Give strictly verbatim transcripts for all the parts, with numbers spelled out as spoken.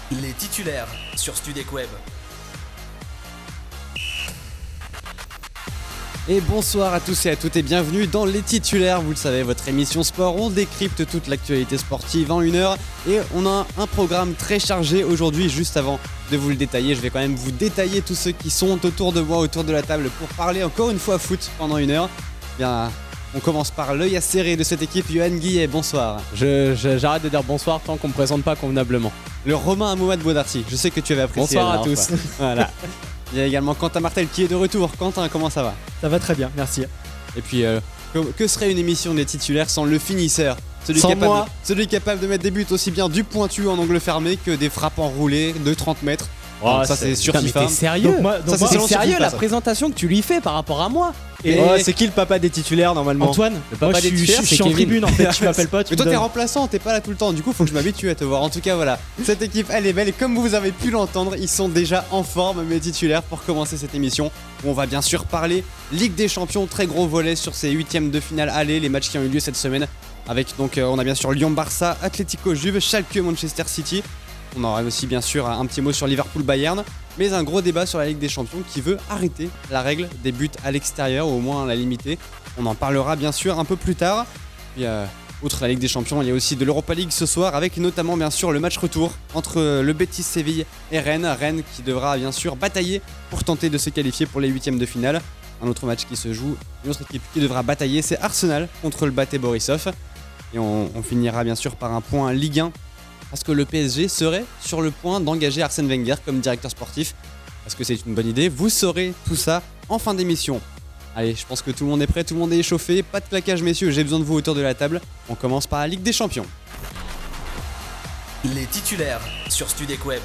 Les titulaires sur Studek Web. Et bonsoir à tous et à toutes et bienvenue dans Les Titulaires, vous le savez, votre émission sport. On décrypte toute l'actualité sportive en une heure et on a un programme très chargé aujourd'hui. Juste avant de vous le détailler, je vais quand même vous détailler tous ceux qui sont autour de moi, autour de la table pour parler encore une fois foot pendant une heure. Bien, on commence par l'œil acéré de cette équipe, Yohan Guillet, bonsoir. Je, je, j'arrête de dire bonsoir tant qu'on me présente pas convenablement. Le Romain Amouad Baudarty, je sais que tu avais apprécié. Bonsoir à tous. Voilà. Il y a également Quentin Martel qui est de retour. Quentin, comment ça va ? Ça va très bien, merci. Et puis, euh, que, que serait une émission des titulaires sans le finisseur ? Celui Sans capable, moi. celui capable de mettre des buts aussi bien du pointu en angle fermé que des frappes enroulées de trente mètres. Oh, Donc ça c'est sur Putain, mais FIFA. t'es sérieux Donc moi- donc Ça, c'est moi- selon C'est sérieux FIFA, la ça. présentation que tu lui fais par rapport à moi. Et Oh, c'est qui le papa des titulaires normalement Antoine, Le moi papa je des suis, titulaires, je c'est suis en Kevin. tribune en fait, tu m'appelles pas, tu Mais toi me t'es donnes- remplaçant, t'es pas là tout le temps, du coup faut que je m'habitue à te voir. En tout cas voilà, cette équipe elle est belle et comme vous avez pu l'entendre, ils sont déjà en forme mes titulaires pour commencer cette émission où on va bien sûr parler Ligue des Champions, très gros volet sur ces huitièmes de finale aller, les matchs qui ont eu lieu cette semaine avec donc euh, on a bien sûr Lyon-Barça, Atlético Juve, Schalke-Manchester City. On aura aussi bien sûr un petit mot sur Liverpool-Bayern, mais un gros débat sur la Ligue des Champions qui veut arrêter la règle des buts à l'extérieur ou au moins la limiter. On en parlera bien sûr un peu plus tard. Puis, euh, outre la Ligue des Champions, il y a aussi de l'Europa League ce soir avec notamment bien sûr le match retour entre le Betis Séville et Rennes. Rennes qui devra bien sûr batailler pour tenter de se qualifier pour les huitièmes de finale. Un autre match qui se joue, une autre équipe qui devra batailler, c'est Arsenal contre le B A T Borisov. Et on, on finira bien sûr par un point Ligue un. Parce que le P S G serait sur le point d'engager Arsène Wenger comme directeur sportif. Est-ce que c'est une bonne idée ? Vous saurez tout ça en fin d'émission. Allez, je pense que tout le monde est prêt, tout le monde est échauffé. Pas de claquage messieurs, j'ai besoin de vous autour de la table. On commence par la Ligue des Champions. Les titulaires sur Studek Web.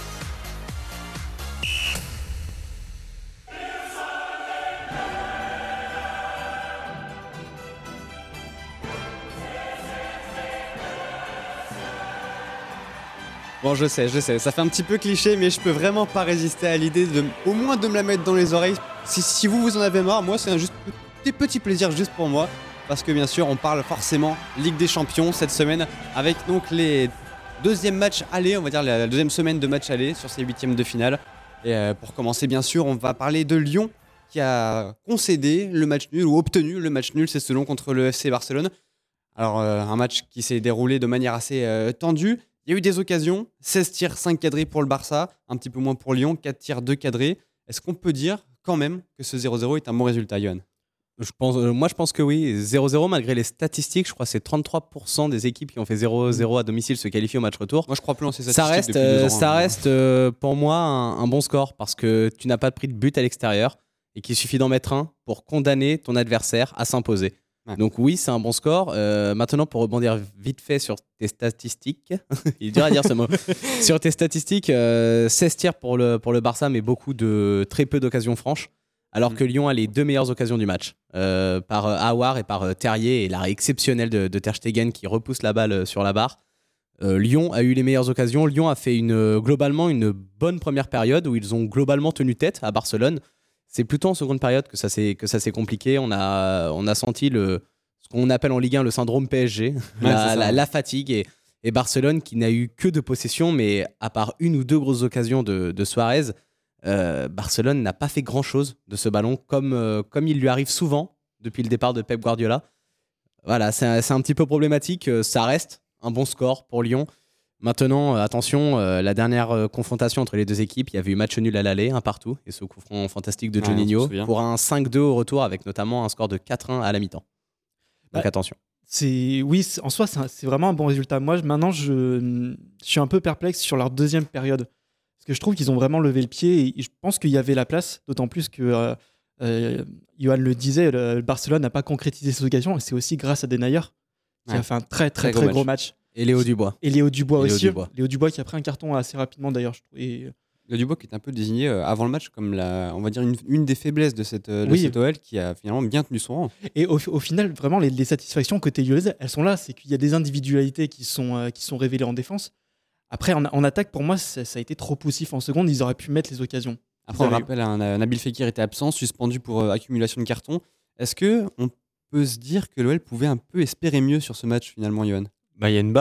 Bon, je sais, je sais, ça fait un petit peu cliché, mais je peux vraiment pas résister à l'idée de, au moins de me la mettre dans les oreilles. Si, si vous vous en avez marre, moi c'est un juste petit petit plaisir juste pour moi, parce que bien sûr on parle forcément Ligue des Champions cette semaine avec donc les deuxièmes matchs aller, on va dire la deuxième semaine de match aller sur ces huitièmes de finale. Et euh, pour commencer bien sûr, on va parler de Lyon qui a concédé le match nul ou obtenu le match nul, c'est selon contre le F C Barcelone. Alors euh, un match qui s'est déroulé de manière assez euh, tendue. Il y a eu des occasions, seize tirs, cinq cadrés pour le Barça, un petit peu moins pour Lyon, quatre tirs, deux cadrés. Est-ce qu'on peut dire quand même que ce zéro zéro est un bon résultat, Yohan ? Je pense, euh, moi je pense que oui. zéro zéro malgré les statistiques, je crois que c'est trente-trois pour cent des équipes qui ont fait zéro zéro à domicile se qualifient au match retour. Moi je crois plus en ces Ça statistiques reste, depuis deux euh, ans, ça hein. reste euh, pour moi un, un bon score parce que tu n'as pas pris de but à l'extérieur et qu'il suffit d'en mettre un pour condamner ton adversaire à s'imposer. Ouais. Donc oui, c'est un bon score. Euh, maintenant, pour rebondir vite fait sur tes statistiques, il est dur à dire ce mot. Sur tes statistiques, euh, seize tirs pour le, pour le Barça, mais beaucoup de très peu d'occasions franches. Alors Mm. que Lyon a les deux meilleures occasions du match, euh, par euh, Aouar et par euh, Terrier, et l'arrêt exceptionnel de, de Ter Stegen qui repousse la balle euh, sur la barre. Euh, Lyon a eu les meilleures occasions. Lyon a fait une, euh, globalement une bonne première période où ils ont globalement tenu tête à Barcelone. C'est plutôt en seconde période que ça s'est, que ça s'est compliqué. On a, on a senti le, ce qu'on appelle en Ligue un le syndrome P S G, Ouais, la, c'est ça. la, la fatigue. Et, et Barcelone qui n'a eu que de possession, mais à part une ou deux grosses occasions de, de Suarez, euh, Barcelone n'a pas fait grand-chose de ce ballon, comme, euh, comme il lui arrive souvent depuis le départ de Pep Guardiola. Voilà, c'est un, c'est un petit peu problématique. Euh, Ça reste un bon score pour Lyon. Maintenant, euh, attention, euh, la dernière euh, confrontation entre les deux équipes, il y avait eu match nul à l'aller, un partout, et ce coup franc fantastique de Ouais, on se Juninho souvient. pour un cinq deux au retour avec notamment un score de quatre un à la mi-temps. Donc Bah, attention. C'est oui, c'est- en soi c'est un- c'est vraiment un bon résultat. Moi je- maintenant je, je suis un peu perplexe sur leur deuxième période parce que je trouve qu'ils ont vraiment levé le pied et je pense qu'il y avait la place, d'autant plus que euh, euh, Johan le disait, le, le Barcelone n'a pas concrétisé ses occasions et c'est aussi grâce à Denayer qui Ouais. a fait un très très Très gros très match. gros match. Et Léo Dubois. Et Léo Dubois Et Léo aussi. Dubois. Léo Dubois qui a pris un carton assez rapidement d'ailleurs. Je trouve. Et Le Dubois qui est un peu désigné euh, avant le match comme la, on va dire une, une des faiblesses de cette, euh, de Oui. cette O L qui a finalement bien tenu son rang. Et au, au final, vraiment, les, les satisfactions côté lyonnaise, elles sont là. C'est qu'il y a des individualités qui sont, euh, qui sont révélées en défense. Après, en, en attaque, pour moi, ça, ça a été trop poussif en seconde. Ils auraient pu mettre les occasions. Après, on Vous avez- rappelle, un, un Nabil Fekir était absent, suspendu pour euh, accumulation de cartons. Est-ce que on peut se dire que l'O L pouvait un peu espérer mieux sur ce match finalement, Johan ? Bah, il y a une barre.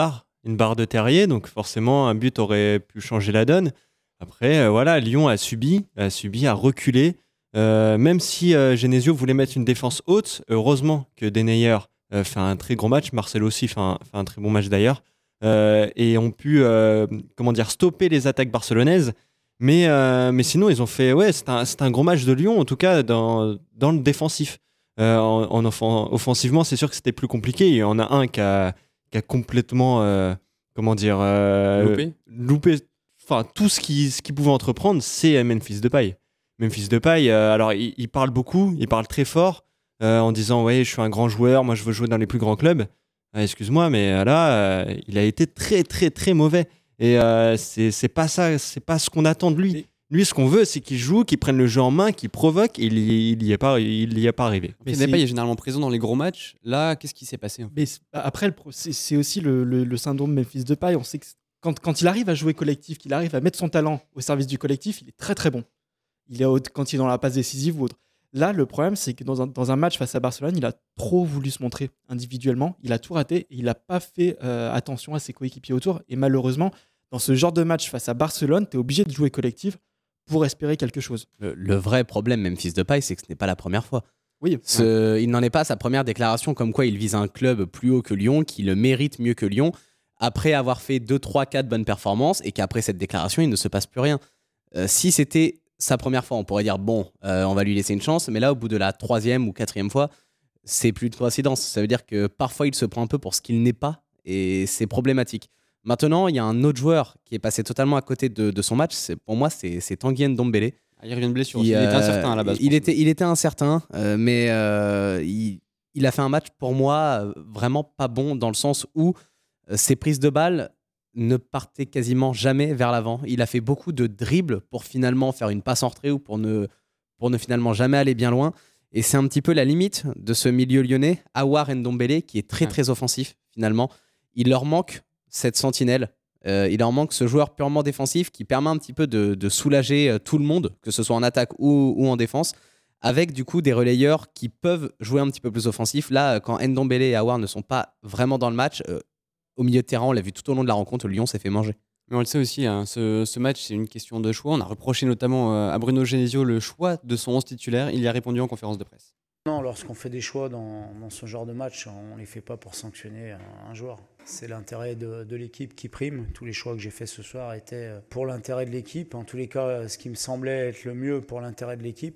une barre de Terrier, donc forcément un but aurait pu changer la donne. Après, euh, voilà, Lyon a subi, a subi, a reculé. Euh, même si euh, Genesio voulait mettre une défense haute, heureusement que Denayer euh, fait un très gros match, Marcelo aussi fait un, fait un très bon match d'ailleurs, euh, et ont pu euh, comment dire, stopper les attaques barcelonaises. Mais, euh, mais sinon, ils ont fait. Ouais, c'est un, c'est un gros match de Lyon, en tout cas dans, dans le défensif. Euh, en, en offen- offensivement, c'est sûr que c'était plus compliqué. Il y en a un qui a, qui a complètement. Euh, comment dire euh, Loupé. loupé. Enfin, tout ce qu'il ce qu'il pouvait entreprendre, c'est Memphis Depay. Memphis Depay, euh, alors il, il parle beaucoup, il parle très fort euh, en disant ouais, je suis un grand joueur, moi je veux jouer dans les plus grands clubs. Euh, excuse-moi, mais là, euh, il a été très très très mauvais. Et euh, c'est, c'est pas ça, c'est pas ce qu'on attend de lui. Mais- Lui, ce qu'on veut, c'est qu'il joue, qu'il prenne le jeu en main, qu'il provoque. Et il y, il y est pas, il y est pas arrivé. Mais Mais Depay c'est- est généralement présent dans les gros matchs. Là, qu'est-ce qui s'est passé en fait Mais c'est- après, le pro- c'est c'est aussi le, le- le syndrome Memphis Depay. On sait que quand, quand il arrive à jouer collectif, qu'il arrive à mettre son talent au service du collectif, il est très très bon. Il est au- quand il est dans la passe décisive ou autre. Là, le problème, c'est que dans un, dans un match face à Barcelone, il a trop voulu se montrer individuellement. Il a tout raté et il n'a pas fait euh, attention à ses coéquipiers autour. Et malheureusement, dans ce genre de match face à Barcelone, tu es obligé de jouer collectif pour espérer quelque chose. Le, le vrai problème, Memphis Depay, c'est que ce n'est pas la première fois. Oui, Ce- Il n'en est pas à sa première déclaration comme quoi il vise un club plus haut que Lyon, qui le mérite mieux que Lyon, après avoir fait deux, trois, quatre bonnes performances et qu'après cette déclaration, il ne se passe plus rien. Euh, si c'était sa première fois, on pourrait dire bon, euh, on va lui laisser une chance, mais là, au bout de la troisième ou quatrième fois, c'est plus de coïncidence. Ça veut dire que parfois, il se prend un peu pour ce qu'il n'est pas et c'est problématique. Maintenant, il y a un autre joueur qui est passé totalement à côté de, de son match. C'est, pour moi, c'est, c'est Tanguy Ndombele. Ah, il revient de blessure. Qui, Il était euh, incertain à la base. je Il pense. était, il était incertain, euh, mais euh, il, il a fait un match pour moi euh, vraiment pas bon dans le sens où euh, ses prises de balles ne partaient quasiment jamais vers l'avant. Il a fait beaucoup de dribbles pour finalement faire une passe en retrait ou pour ne, pour ne finalement jamais aller bien loin. Et c'est un petit peu la limite de ce milieu lyonnais, Aouar Ndombele, qui est très Ouais. très offensif finalement. Il leur manque cette sentinelle. Euh, il leur manque ce joueur purement défensif qui permet un petit peu de, de soulager euh, tout le monde, que ce soit en attaque ou, ou en défense, avec du coup des relayeurs qui peuvent jouer un petit peu plus offensif. Là, euh, quand Ndombele et Aouar ne sont pas vraiment dans le match, euh, au milieu de terrain, on l'a vu tout au long de la rencontre, Lyon s'est fait manger. Mais on le sait aussi, hein, ce, ce match, c'est une question de choix. On a reproché notamment euh, à Bruno Genesio le choix de son onze titulaire. Il y a répondu en conférence de presse. Non, lorsqu'on fait des choix dans, dans ce genre de match, on ne les fait pas pour sanctionner un, un joueur. C'est l'intérêt de, de l'équipe qui prime. Tous les choix que j'ai faits ce soir étaient pour l'intérêt de l'équipe. En tous les cas, ce qui me semblait être le mieux pour l'intérêt de l'équipe.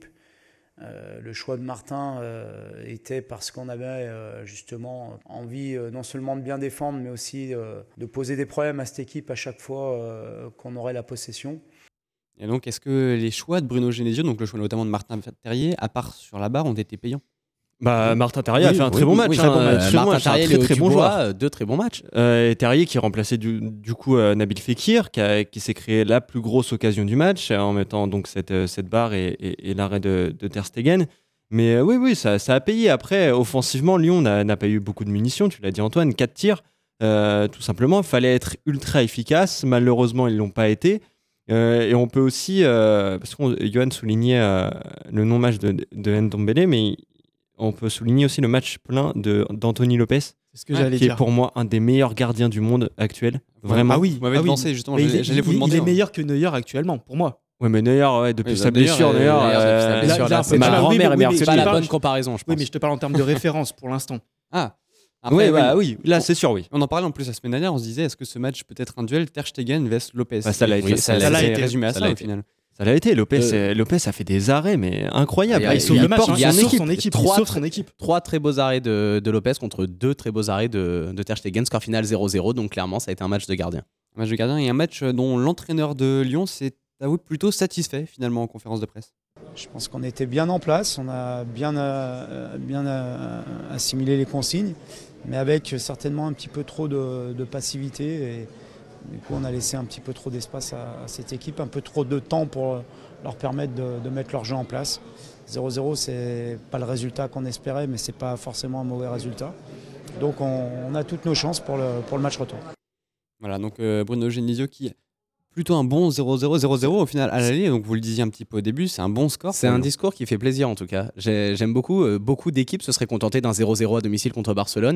Euh, le choix de Martin euh, était parce qu'on avait euh, justement envie euh, non seulement de bien défendre, mais aussi euh, de poser des problèmes à cette équipe à chaque fois euh, qu'on aurait la possession. Et donc, est-ce que les choix de Bruno Genesio, donc le choix notamment de Martin Terrier, à part sur la barre, ont été payants? Bah, Martin Terrier a Oui, fait un oui, très bon oui, match. oui, hein, très bon match. très bon Martin match, un Terrier, très Léo très bon Dubois, joueur. euh, deux très bons matchs. Euh, et Terrier qui remplaçait du, du coup euh, Nabil Fekir, qui, a- qui s'est créé la plus grosse occasion du match euh, en mettant donc cette, euh, cette barre et, et- et l'arrêt de, de Ter Stegen. Mais euh, oui, oui, ça, ça a payé. Après, offensivement, Lyon n'a n'a pas eu beaucoup de munitions. Tu l'as dit, Antoine, quatre tirs. Euh, tout simplement, il fallait être ultra efficace. Malheureusement, ils ne l'ont pas été. Euh, et on peut aussi, euh, parce que Johan soulignait euh, le non-match de, de Ndombele, mais on peut souligner aussi le match plein de- d'Anthony Lopez, c'est ce que Ouais, j'allais qui dire. est pour moi un des meilleurs gardiens du monde actuel. Vraiment. Ah oui, Vous m'avez ah oui. lancé justement, Mais j'allais il, est- j'allais vous il- demander. il est hein. meilleur que Neuer actuellement, pour moi. Ouais, mais Neuer, ouais, depuis Oui, sa d'ailleurs, blessure, euh, Neuer. D'ailleurs, depuis sa euh, blessure, là, là, là, c'est c'est ma pas- grand-mère oui, est mais- meilleure. oui, C'est mais pas je la parle- bonne comparaison, je pense. Oui, mais je te parle en termes de référence pour l'instant. Ah, Oui, après, bah oui. oui, là c'est sûr, oui. On en parlait en plus la semaine dernière, on se disait est-ce que ce match peut être un duel Ter Stegen vs Lopez? Bah, ça l'a été. Oui, ça, Ça l'a l'a été été. résumé à Ça ça, l'a au été. final. Ça l'a été. Lopez, Euh, euh, Lopez a fait des arrêts, mais incroyables. Ah, il sauve il le match, porte hein, son il sauve équipe. son équipe. Il Trois sauve très- son équipe. Trois très beaux arrêts de, de Lopez contre deux très beaux arrêts de, de Ter Stegen. Score final zéro zéro. Donc clairement, ça a été un match de gardien. Un match de gardien et un match dont l'entraîneur de Lyon s'est avoué plutôt satisfait finalement en conférence de presse. Je pense qu'on était bien en place, on a bien, euh, bien euh, assimilé les consignes, mais avec certainement un petit peu trop de, de passivité. Et du coup, on a laissé un petit peu trop d'espace à, à cette équipe, un peu trop de temps pour leur permettre de, de mettre leur jeu en place. zéro zéro, c'est pas le résultat qu'on espérait, mais c'est pas forcément un mauvais résultat. Donc on, on a toutes nos chances pour le, pour le match retour. Voilà, donc euh, Bruno Genesio qui plutôt un bon zéro zéro zéro zéro au final à l'aller. Donc vous le disiez un petit peu au début, c'est un bon score. C'est pour un Lyon. discours qui fait plaisir en tout cas. J'ai- J'aime beaucoup. Euh, beaucoup d'équipes se seraient contentées d'un zéro zéro à domicile contre Barcelone.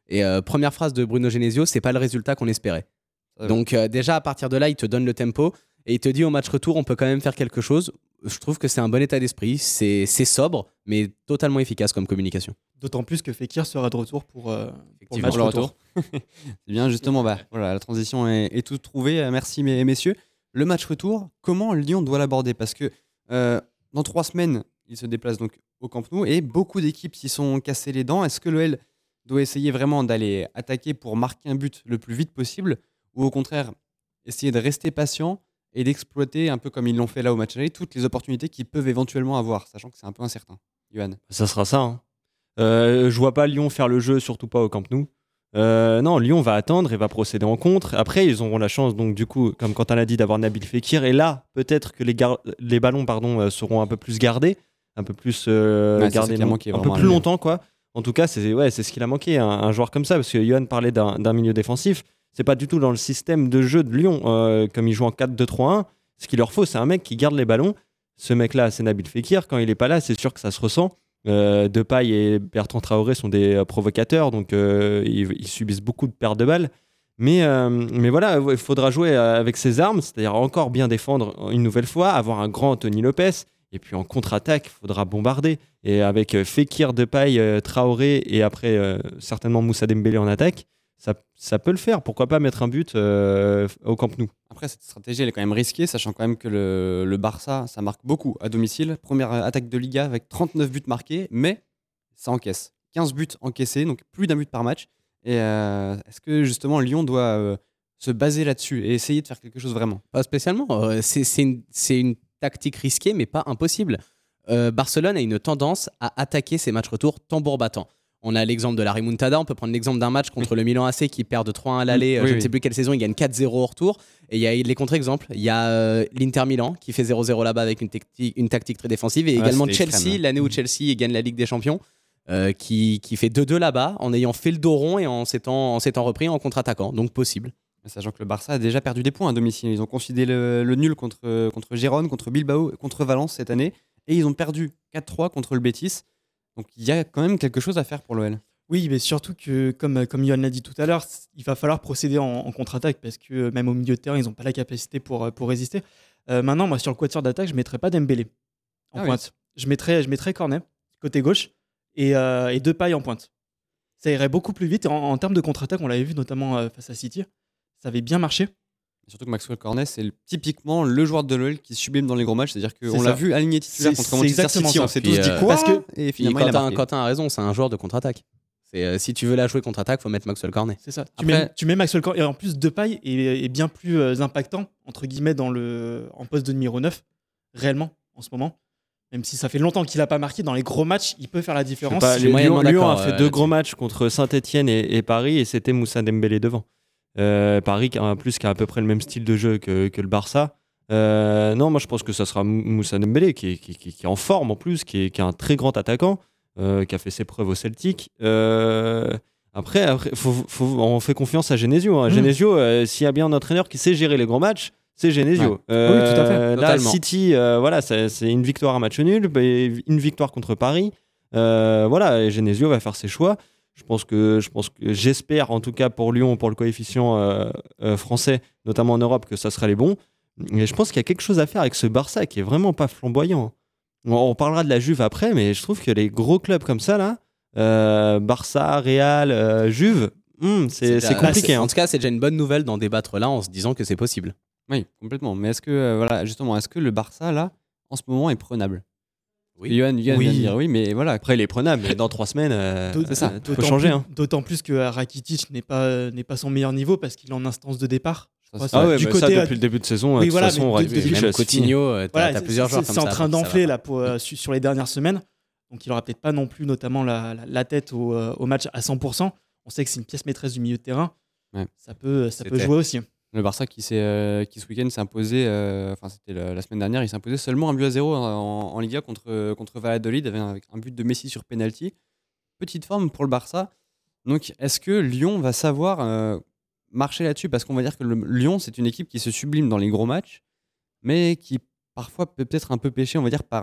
Et euh, première phrase de Bruno Genesio, c'est pas le résultat qu'on espérait. Ouais. Donc euh, déjà à partir de là, il te donne le tempo et il te dit au match retour, on peut quand même faire quelque chose. Je trouve que c'est un bon état d'esprit, c'est, c'est sobre, mais totalement efficace comme communication. D'autant plus que Fekir sera de retour pour, euh, pour le Effectivement, match le retour. C'est bien, justement, bah, voilà, la transition est, est toute trouvée. Euh, Merci, mes, messieurs. Le match retour, comment Lyon doit l'aborder? Parce que euh, dans trois semaines, il se déplace donc au Camp Nou et beaucoup d'équipes s'y sont cassées les dents. Est-ce que l'O L doit essayer vraiment d'aller attaquer pour marquer un but le plus vite possible ou au contraire essayer de rester patient et d'exploiter, un peu comme ils l'ont fait là au match aller, toutes les opportunités qu'ils peuvent éventuellement avoir, sachant que c'est un peu incertain? Yohan. Ça sera ça. Hein. Euh, je vois pas Lyon faire le jeu, surtout pas au Camp Nou. Euh, non, Lyon va attendre et va procéder en contre. Après, ils auront la chance, donc du coup, comme Quentin l'a dit, d'avoir Nabil Fekir. Et là, peut-être que les, gar- les ballons pardon, euh, seront un peu plus gardés, un peu plus euh, Ouais, c'est gardés, ça qui a long- manqué un peu vraiment à plus Lyon. longtemps, quoi. En tout cas, c'est ouais, c'est ce qu'il a manqué, un, un joueur comme ça, parce que Yohan parlait d'un, d'un milieu défensif. C'est pas du tout dans le système de jeu de Lyon, euh, comme ils jouent en quatre deux trois un. Ce qu'il leur faut, c'est un mec qui garde les ballons. Ce mec-là, c'est Nabil Fekir. Quand il est pas là, c'est sûr que ça se ressent. Euh, Depay et Bertrand Traoré sont des euh, provocateurs, donc euh, ils, ils subissent beaucoup de pertes de balles. Mais, euh, mais voilà, il faudra jouer euh, avec ses armes, c'est-à-dire encore bien défendre une nouvelle fois, avoir un grand Anthony Lopez, et puis en contre-attaque, il faudra bombarder. Et avec euh, Fekir, Depay, euh, Traoré, et après euh, certainement Moussa Dembélé en attaque, ça, ça peut le faire. Pourquoi pas mettre un but euh, au Camp Nou? Après, cette stratégie, elle est quand même risquée, sachant quand même que le, le Barça, ça marque beaucoup à domicile. Première attaque de Liga avec trente-neuf buts marqués, mais ça encaisse. quinze buts encaissés, donc plus d'un but par match. Et euh, est-ce que justement Lyon doit euh, se baser là-dessus et essayer de faire quelque chose vraiment? Pas spécialement. Euh, c'est, c'est, une, c'est une tactique risquée, mais pas impossible. Euh, Barcelone a une tendance à attaquer ses matchs retour tambour battant. On a l'exemple de la remontada, on peut prendre l'exemple d'un match contre le Milan A C qui perd de trois un à l'aller, Oui, je ne oui. sais plus quelle saison, il gagne quatre zéro au retour. Et il y a les contre-exemples, il y a euh, l'Inter Milan qui fait zéro zéro là-bas avec une, tacti- une tactique très défensive, et Ouais, également c'était Chelsea, extrême, hein. l'année où Chelsea gagne la Ligue des Champions, euh, qui, qui fait deux deux là-bas en ayant fait le dos rond et en s'étant, en s'étant repris en contre-attaquant, donc possible. Sachant que le Barça a déjà perdu des points à domicile. Ils ont concédé le, le nul contre, contre Gérone, contre Bilbao, contre Valence cette année. Et ils ont perdu quatre trois contre le Betis. Donc il y a quand même quelque chose à faire pour l'O L. Oui, mais surtout que, comme, comme Yohan l'a dit tout à l'heure, c- il va falloir procéder en, en contre-attaque parce que euh, même au milieu de terrain, ils n'ont pas la capacité pour, euh, pour résister. Euh, maintenant, moi, sur le quatuor d'attaque, je ne mettrais pas Dembélé en Ah oui. pointe. Je mettrais, je mettrais Cornet, côté gauche, et, euh, et Depay en pointe. Ça irait beaucoup plus vite. Et en, en termes de contre-attaque, on l'avait vu notamment euh, face à City, ça avait bien marché. Surtout que Maxwell Cornet, c'est le- typiquement le joueur de l'O L qui sublime dans les gros matchs. C'est-à-dire C'est qu'on l'a ça. vu aligné titulaire C'est- contre c'est Manchester exactement City. ça. On s'est Puis, tous dit euh, quoi parce que- Et Puis finalement, il a Quentin, marqué. Quentin a raison, c'est un joueur de contre-attaque. C'est, euh, si tu veux la jouer contre-attaque, faut mettre Maxwell Cornet. C'est ça. Tu, Après- mets, tu mets Maxwell Cornet. Et en plus, Depay est, est bien plus euh, impactant, entre guillemets, dans le, en poste de numéro neuf, réellement, en ce moment. Même si ça fait longtemps qu'il n'a pas marqué, dans les gros matchs, il peut faire la Je sais différence. pas, je suis Lyon, moyennement Lyon d'accord, a fait euh, deux gros là-dessus. matchs contre Saint-Etienne et, et Paris, et c'était Moussa Dembélé devant. Euh, Paris, qui a, en plus, qui a à peu près le même style de jeu que, que le Barça. Euh, non, moi je pense que ça sera Mou- Moussa Dembélé, qui est, qui, qui- qui est en forme en plus, qui est, qui est un très grand attaquant, euh, qui a fait ses preuves au Celtic. Euh, après, après faut- faut- on fait confiance à Genesio. Hein. Mmh. Genesio, euh, s'il y a bien un entraîneur qui sait gérer les grands matchs, c'est Genesio. Ouais. Euh, Oui, tout à fait, Là, totalement. City, euh, voilà, c'est c'est une victoire à match nul, et une victoire contre Paris. Euh, voilà, et Genesio va faire ses choix. Je pense que, je pense que, j'espère en tout cas pour Lyon, pour le coefficient euh, euh, français, notamment en Europe, que ça sera les bons. Et je pense qu'il y a quelque chose à faire avec ce Barça qui est vraiment pas flamboyant. On, on parlera de la Juve après, mais je trouve que les gros clubs comme ça là, euh, Barça, Real, euh, Juve, hum, c'est déjà- c'est compliqué. En hein. tout cas, c'est déjà une bonne nouvelle d'en débattre là en se disant que c'est possible. Oui, complètement. Mais est-ce que, euh, voilà, justement, est-ce que le Barça, là, en ce moment, est prenable? Oui. Johan, Johan Oui. vient de dire oui, mais voilà. Après, il est prenable, mais dans trois semaines, euh, D'aut- c'est ça, tout peut D'autant changer. plus, hein. d'autant plus que Rakitic n'est pas, n'est pas son meilleur niveau parce qu'il est en instance de départ. Je Ça, crois, c'est Ah c'est ouais, du bah côté, ça, euh, depuis le début de saison, oui, de toute voilà, façon, mais on de- aurait de- dit, de- c'est Même fini. Coutinho, euh, t'as, voilà, t'as c'est- plusieurs joueurs c'est- comme c'est ça. en train donc ça d'enfler va là, pour, euh, su- sur les dernières semaines. Donc il n'aura peut-être pas non plus notamment la, la- la tête au, euh, au match à cent pour cent. On sait que c'est une pièce maîtresse du milieu de terrain. Ouais. Ça peut, ça peut C'était. jouer aussi. Le Barça qui, s'est, euh, qui ce week-end s'est imposé, euh, enfin c'était la, la semaine dernière, il s'est imposé seulement un but à zéro en, en Liga contre, contre Valladolid avec un, avec un but de Messi sur penalty. Petite forme pour le Barça. Donc est-ce que Lyon va savoir euh, marcher là-dessus? Parce qu'on va dire que le, Lyon, c'est une équipe qui se sublime dans les gros matchs, mais qui parfois peut peut-être un peu pécher, on va dire, par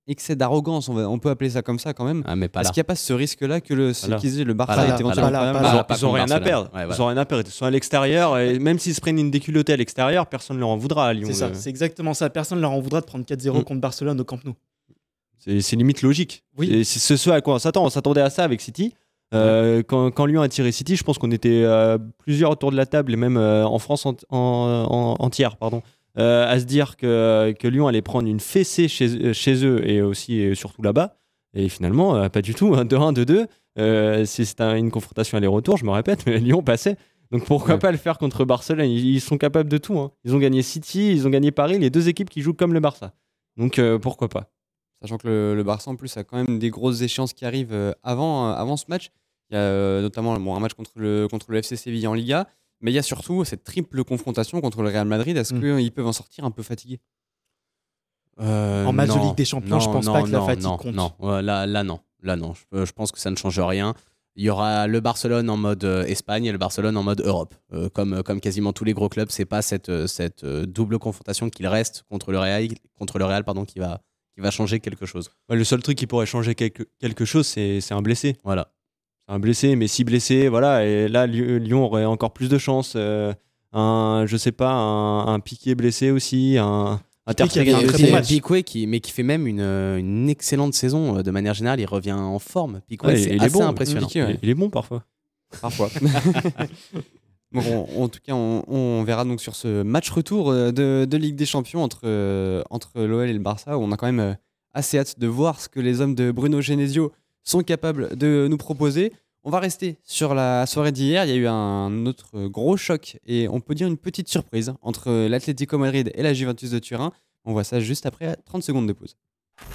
excès d'arrogance, on, va- on peut appeler ça comme ça quand même. Ah, mais pas Est-ce là. qu'il n'y a pas ce risque-là que le, Voilà. qu'ils disaient, le Barça Pas là, est pas éventuellement là, quand même- pas Ils là. ont- Ah, pas ils ont contre rien à Barcelone. perdre. Ouais, Ils voilà. ont rien à perdre. Ils sont à l'extérieur et même s'ils se prennent une déculottée à l'extérieur, personne ne leur en voudra à Lyon. C'est ça, Euh, c'est exactement ça. Personne ne leur en voudra de prendre quatre zéro Mm. contre Barcelone au Camp Nou. C'est c'est limite logique. Oui. Et c'est ce- ce à quoi on s'attend. On s'attendait à ça avec City. Euh, quand, quand Lyon a tiré City, je pense qu'on était euh, plusieurs autour de la table et même euh, en France en, en- en- entière, pardon, euh, à se dire que, que Lyon allait prendre une fessée chez, chez eux et aussi et surtout là-bas. Et finalement, euh, pas du tout. Hein, deux un, deux deux. Euh, si c'était un- une confrontation aller-retour, je me répète, mais Lyon passait. Donc pourquoi Ouais. pas le faire contre Barcelone? Ils, ils sont capables de tout. Hein. Ils ont gagné City, ils ont gagné Paris, les deux équipes qui jouent comme le Barça. Donc euh, pourquoi pas? Sachant que le, le Barça en plus a quand même des grosses échéances qui arrivent euh, avant, euh, avant ce match. Il y a euh, notamment bon, un match contre le, contre le F C Séville en Liga, mais il y a surtout cette triple confrontation contre le Real Madrid. Est-ce Mm. qu'ils peuvent en sortir un peu fatigués? Euh, En match de non. Ligue des Champions, je Non, pense non, pas que la non, fatigue non, compte. Non, Ouais, là, là, non. Là, non. Je, je pense que ça ne change rien. Il y aura le Barcelone en mode euh, Espagne et le Barcelone en mode Europe. Euh, comme, euh, comme quasiment tous les gros clubs, c'est pas cette, euh, cette euh, double confrontation qu'il reste contre le Real, contre le Real pardon, qui, va, qui va changer quelque chose. Ouais, le seul truc qui pourrait changer quelque, quelque chose, c'est c'est un blessé. Voilà. Un blessé, mais si blessé, voilà. Et là, Lyon Lyon aurait encore plus de chance. Euh, un, je sais pas, un, un Piqué blessé aussi, un, un Ter Piqué qui a Stegen fait un très aussi. bon Pi- match. Piqué qui, mais qui fait même une, euh, une excellente saison euh, de manière générale. Il revient en forme. Piqué, Ouais, c'est il est assez bon. impressionnant. Piqué, ouais. Il, il est bon parfois. Parfois. Bon, on- en tout cas, on, on verra donc sur ce match retour euh, de, de Ligue des Champions entre, euh, entre l'O L et le Barça, où on a quand même euh, assez hâte de voir ce que les hommes de Bruno Genesio sont capables de nous proposer. On va rester sur la soirée d'hier. Il y a eu un autre gros choc et on peut dire une petite surprise entre l'Atlético Madrid et la Juventus de Turin. On voit ça juste après trente secondes de pause.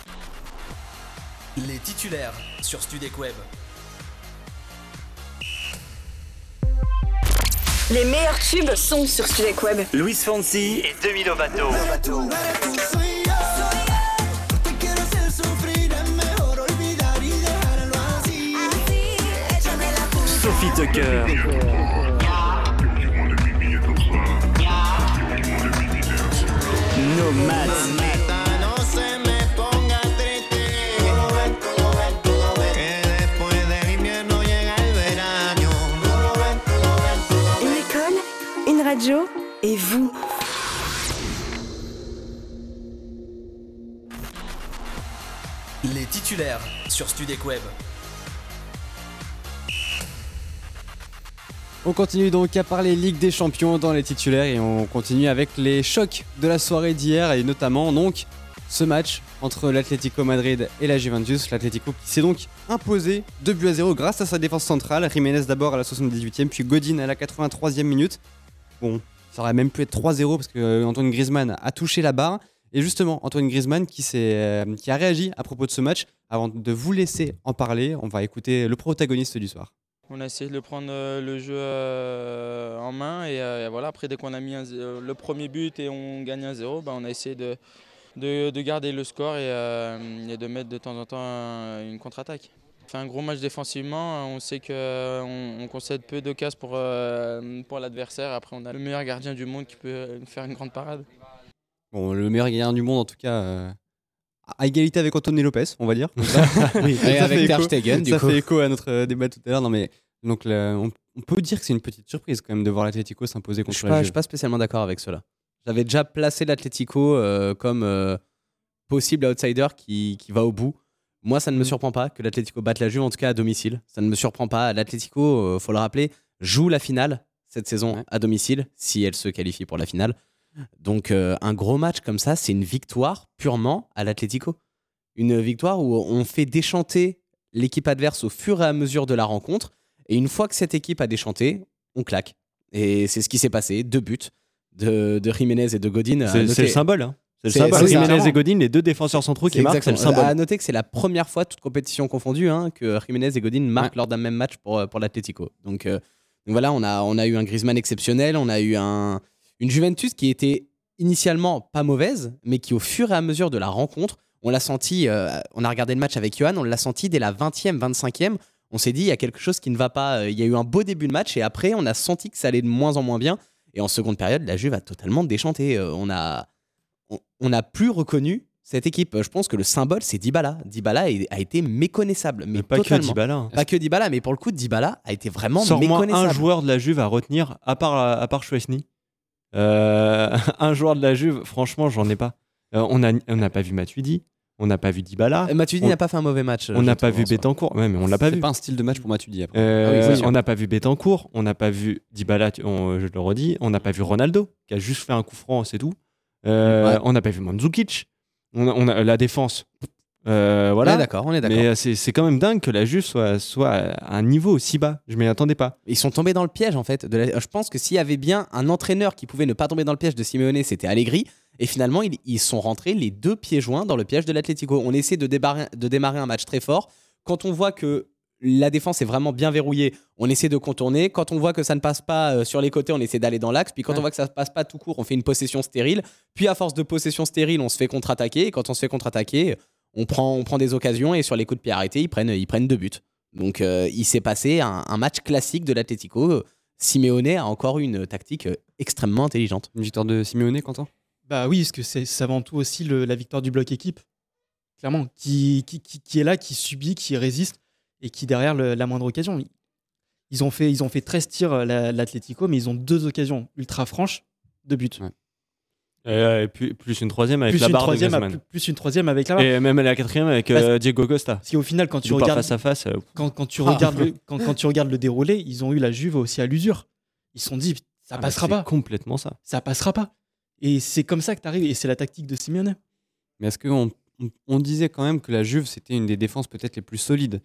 Les titulaires sur Studek Web. Les meilleurs tubes sont sur Studek Web. Luis Fonsi et Demi Lovato. Sophie Tucker. Nomads. Une école, une radio et vous. Les titulaires sur Studek Web. On continue donc à parler Ligue des Champions dans les titulaires et on continue avec les chocs de la soirée d'hier et notamment donc ce match entre l'Atlético Madrid et la Juventus. L'Atlético qui s'est donc imposé deux buts à zéro grâce à sa défense centrale. Jiménez d'abord à la soixante-dix-huitième puis Godin à la quatre-vingt-troisième minute. Bon, ça aurait même pu être trois zéro parce que euh, Antoine Griezmann a touché la barre. Et justement, Antoine Griezmann qui, s'est, euh, qui a réagi à propos de ce match. Avant de vous laisser en parler, on va écouter le protagoniste du soir. On a essayé de prendre euh, le jeu euh, en main et, euh, et voilà, après dès qu'on a mis un zé- euh, le premier but et on gagne un zéro, bah, on a essayé de, de, de garder le score et, euh, et de mettre de temps en temps un- une contre-attaque. On fait un gros match défensivement, on sait qu'on on concède peu d'occasions pour, euh, pour l'adversaire. Après on a le meilleur gardien du monde qui peut nous faire une grande parade. Bon, le meilleur gardien du monde en tout cas, euh, à égalité avec Anthony Lopez, on va dire. Oui, Ça et fait avec Ter écho. Stegen, du Ça coup. fait écho à notre euh, débat tout à l'heure. Non mais donc là, on, on peut dire que c'est une petite surprise quand même de voir l'Atlético s'imposer Je contre suis la pas, je Juve. suis pas spécialement d'accord avec cela. J'avais déjà placé l'Atlético euh, comme euh, possible outsider qui, qui va au bout. Moi, ça ne me surprend pas que l'Atlético batte la Juve, en tout cas à domicile. Ça ne me surprend pas. L'Atlético, euh, faut le rappeler, joue la finale cette saison Ouais. à domicile, si elle se qualifie pour la finale. Donc, euh, un gros match comme ça, c'est une victoire purement à l'Atlético. Une victoire où on fait déchanter l'équipe adverse au fur et à mesure de la rencontre. Et une fois que cette équipe a déchanté, on claque. Et c'est ce qui s'est passé. Deux buts de, de Jiménez et de Godin. À C'est noter- c'est le symbole. Hein. C'est le C'est- symbole. c'est ça. Jiménez et Godin, les deux défenseurs centraux qui C'est marquent, c'est le exactement. symbole. À noter que c'est la première fois, toute compétition confondue, hein, que Jiménez et Godin marquent Ouais. lors d'un même match pour, pour l'Atlético. Donc, euh, donc voilà, on a, on a eu un Griezmann exceptionnel, on a eu un, une Juventus qui était initialement pas mauvaise, mais qui au fur et à mesure de la rencontre, on l'a senti, euh, on a regardé le match avec Johan, on l'a senti dès la vingtième, vingt-cinquième, on s'est dit il y a quelque chose qui ne va pas, il y a eu un beau début de match et après on a senti que ça allait de moins en moins bien et en seconde période, la Juve a totalement déchanté. Euh, on a on- on n'a plus reconnu cette équipe. Je pense que le symbole, c'est Dybala. Dybala a été méconnaissable, mais pas totalement. que Dybala. Hein. Pas que Dybala, mais pour le coup, Dybala a été vraiment Sors-moi méconnaissable. un joueur de la Juve à retenir, à part, à part Chouesny. Euh, un joueur de la Juve, franchement, j'en ai pas. Euh, on n'a on a pas vu Matuidi, on n'a pas vu Dybala. Euh, Matuidi on, n'a pas fait un mauvais match. On n'a pas vu Betancourt. Ouais, mais on l'a pas C'est vu. pas un style de match pour Matuidi après. Euh, Ah oui, on n'a pas vu Betancourt, on n'a pas vu Dybala, on, je le redis, on n'a pas vu Ronaldo, qui a juste fait un coup franc, c'est tout. Euh, Ouais. On n'a pas vu Mandzukic. On a, on a la défense. Euh, voilà. On est d'accord, on est d'accord. Mais euh, c'est, c'est quand même dingue que la Juve soit, soit à un niveau aussi bas. Je m'y attendais pas. Ils sont tombés dans le piège en fait. De la... Je pense que s'il y avait bien un entraîneur qui pouvait ne pas tomber dans le piège de Simeone, c'était Allegri. Et finalement, ils, ils sont rentrés les deux pieds joints dans le piège de l'Atlético. On essaie de, débarrer- de démarrer un match très fort. Quand on voit que la défense est vraiment bien verrouillée, on essaie de contourner. Quand on voit que ça ne passe pas euh, sur les côtés, on essaie d'aller dans l'axe. Puis quand Ouais. on voit que ça ne passe pas tout court, on fait une possession stérile. Puis à force de possession stérile, on se fait contre-attaquer. Et quand on se fait contre-attaquer, on prend, on prend des occasions. Et sur les coups de pied arrêtés, ils prennent, ils prennent deux buts. Donc euh, il s'est passé un, un match classique de l'Atlético. Simeone a encore une tactique euh, extrêmement intelligente. Une victoire de Simeone, Quentin? Bah oui, parce que c'est, c'est avant tout aussi le- la victoire du bloc équipe, clairement, qui, qui, qui, qui est là, qui subit, qui résiste, et qui derrière le- la moindre occasion. Ils ont fait, ils ont fait treize tirs, euh, la- l'Atlético, mais ils ont deux occasions ultra franches, deux buts. Ouais. Euh, et puis, plus une troisième avec Plus, la une barre de troisième, à- Griezmann. plus, plus une troisième avec la barre. Et même la quatrième avec Parce- euh, Diego Costa. Parce qu'au final, quand tu, Du pas regardes, face à face. euh, quand, quand, tu Ah. regardes le, quand, quand tu regardes le déroulé, ils ont eu la Juve aussi à l'usure. Ils se sont dit, ça ah bah, passera c'est pas, complètement ça. ça passera pas. Et c'est comme ça que tu arrives, et c'est la tactique de Simeone. Mais est-ce qu'on on, on disait quand même que la Juve, c'était une des défenses peut-être les plus solides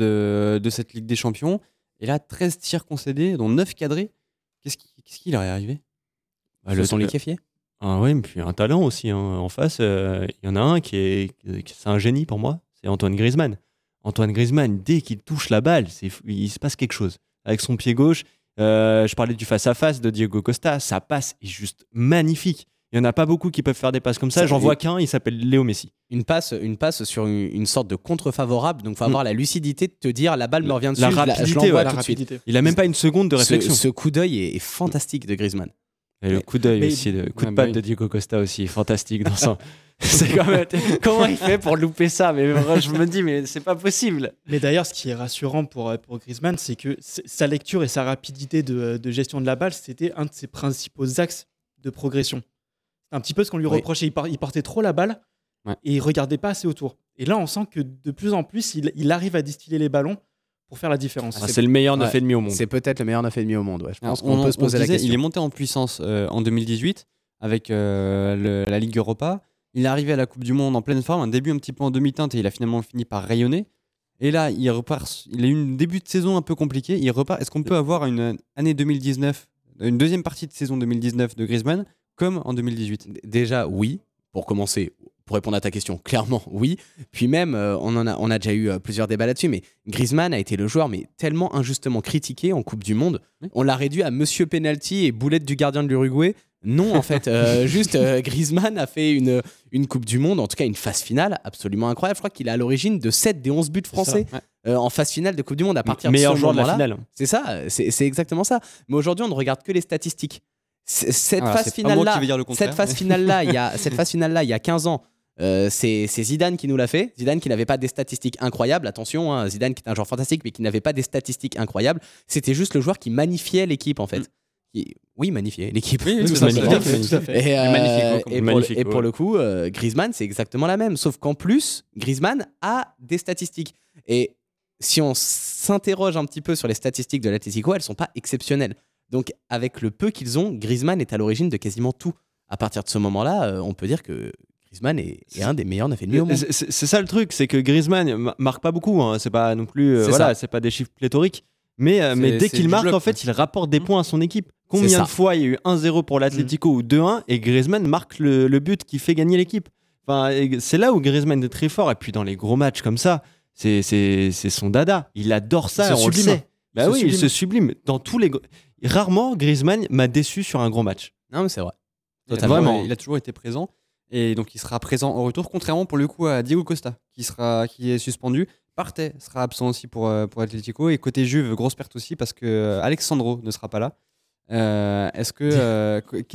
de, de cette Ligue des Champions? Et là, treize tirs concédés, dont neuf cadrés. Qu'est-ce qui, qu'est-ce qui leur est arrivé? Bah, Le le- sont liquéfiés. Ah ouais, mais puis un talent aussi. Hein. En face, euh, il y en a un qui est, qui- c'est un génie pour moi, c'est Antoine Griezmann. Antoine Griezmann, dès qu'il touche la balle, c'est, fou- il se passe quelque chose. Avec son pied gauche, euh, je parlais du face-à-face de Diego Costa, sa passe est juste magnifique. Il n'y en a pas beaucoup qui peuvent faire des passes comme ça. Ça, J'en et- vois qu'un, il s'appelle Léo Messi. Une passe, une passe sur une, une sorte de contre-favorable. Donc, il faut Mm. avoir la lucidité de te dire la balle me revient dessus. La je la- je rapidité, l'envoie ouais, tout la de suite. rapidité. Il a même pas une seconde de Ce, réflexion. ce coup d'œil est, est fantastique de Griezmann. Et le coup d'œil Mais- aussi, le coup Ouais, de bah patte oui. de Diego Costa aussi, fantastique dans son. C'est quand même... Comment il fait pour louper ça? Mais vraiment, je me dis, mais c'est pas possible. Mais d'ailleurs, ce qui est rassurant pour, euh, pour Griezmann, c'est que c- sa lecture et sa rapidité de, de gestion de la balle, c'était un de ses principaux axes de progression. C'est un petit peu ce qu'on lui Oui. reprochait. Il, par- il portait trop la balle Ouais. et il regardait pas assez autour. Et là, on sent que de plus en plus, il, il arrive à distiller les ballons pour faire la différence. Ah, c'est le meilleur neuf Ouais. et demi au monde. C'est peut-être le meilleur neuf et demi au monde. Ouais. Je pense Alors, qu'on peut se poser la disait, question. Il est monté en puissance euh, en deux mille dix-huit avec euh, le- la Ligue Europa. Il est arrivé à la Coupe du Monde en pleine forme, un début un petit peu en demi-teinte et il a finalement fini par rayonner. Et là, il repart. Il a eu un début de saison un peu compliqué. Il repart. Est-ce qu'on peut avoir une année deux mille dix-neuf, une deuxième partie de saison deux mille dix-neuf de Griezmann comme en deux mille dix-huit? D- Déjà, oui. Pour commencer, pour répondre à ta question, clairement, oui. Puis même, euh, on, en a, on a déjà eu euh, plusieurs débats là-dessus, mais Griezmann a été le joueur mais tellement injustement critiqué en Coupe du Monde. Oui. On l'a réduit à Monsieur Penalty et boulette du gardien de l'Uruguay. Non, en fait, euh, juste euh, Griezmann a fait une, une Coupe du Monde, en tout cas une phase finale absolument incroyable. Je crois qu'il est à l'origine de sept des onze buts français Ouais. euh, en phase finale de Coupe du Monde à partir Meilleur de ce joueur de la moment-là. finale. C'est ça, c'est c'est exactement ça. Mais aujourd'hui, on ne regarde que les statistiques. C- Cette Alors, phase c'est pas moi finale-là, qui vais dire le contraire, cette phase mais- finale-là, il y a cette phase finale-là, il y a quinze ans. euh, c'est c'est Zidane qui nous l'a fait. Zidane qui n'avait pas des statistiques incroyables. Attention, hein, Zidane qui est un joueur fantastique, mais qui n'avait pas des statistiques incroyables. C'était juste le joueur qui magnifiait l'équipe en fait. Qui- Oui, magnifier l'équipe. Oui, oui, tout tout à fait, simplement. tout à fait, tout à fait. Et, euh, magnifique, et, pour, magnifique, et pour ouais. le coup, euh, Griezmann, c'est exactement la même. Sauf qu'en plus, Griezmann a des statistiques. Et si on s'interroge un petit peu sur les statistiques de l'Atlético, elles sont pas exceptionnelles. Donc, avec le peu qu'ils ont, Griezmann est à l'origine de quasiment tout. À partir de ce moment-là, euh, on peut dire que Griezmann est, est un des meilleurs neuf et demi au monde. C'est c'est- c'est ça le truc, c'est que Griezmann ma- marque pas beaucoup. Hein. C'est pas non plus, euh, C'est voilà, ça. c'est pas des chiffres pléthoriques. Mais, euh, C'est- mais dès c'est qu'il du marque, bloc, en fait, quoi. il rapporte des points à son équipe. C'est Combien ça. de fois il y a eu un zéro pour l'Atlético ou deux un et Griezmann marque le, le but qui fait gagner l'équipe. Enfin, et c'est là où Griezmann est très fort. Et puis dans les gros matchs comme ça, c'est c'est- c'est son dada. Il adore ça, Il se on le sublime. sait. Bah Il se oui, il sublime. se sublime. Dans tous les gros- Rarement Griezmann m'a déçu sur un gros match. Non, mais c'est vrai. Il a, Totalement. toujours- Vraiment. il a toujours été présent et donc il sera présent au retour, contrairement pour le coup à Diego Costa qui, sera, qui est suspendu. Partey sera absent aussi pour, euh, pour Atlético et côté Juve, grosse perte aussi parce que euh, Alexandro ne sera pas là. Euh, est-ce que, euh, qu'est-ce,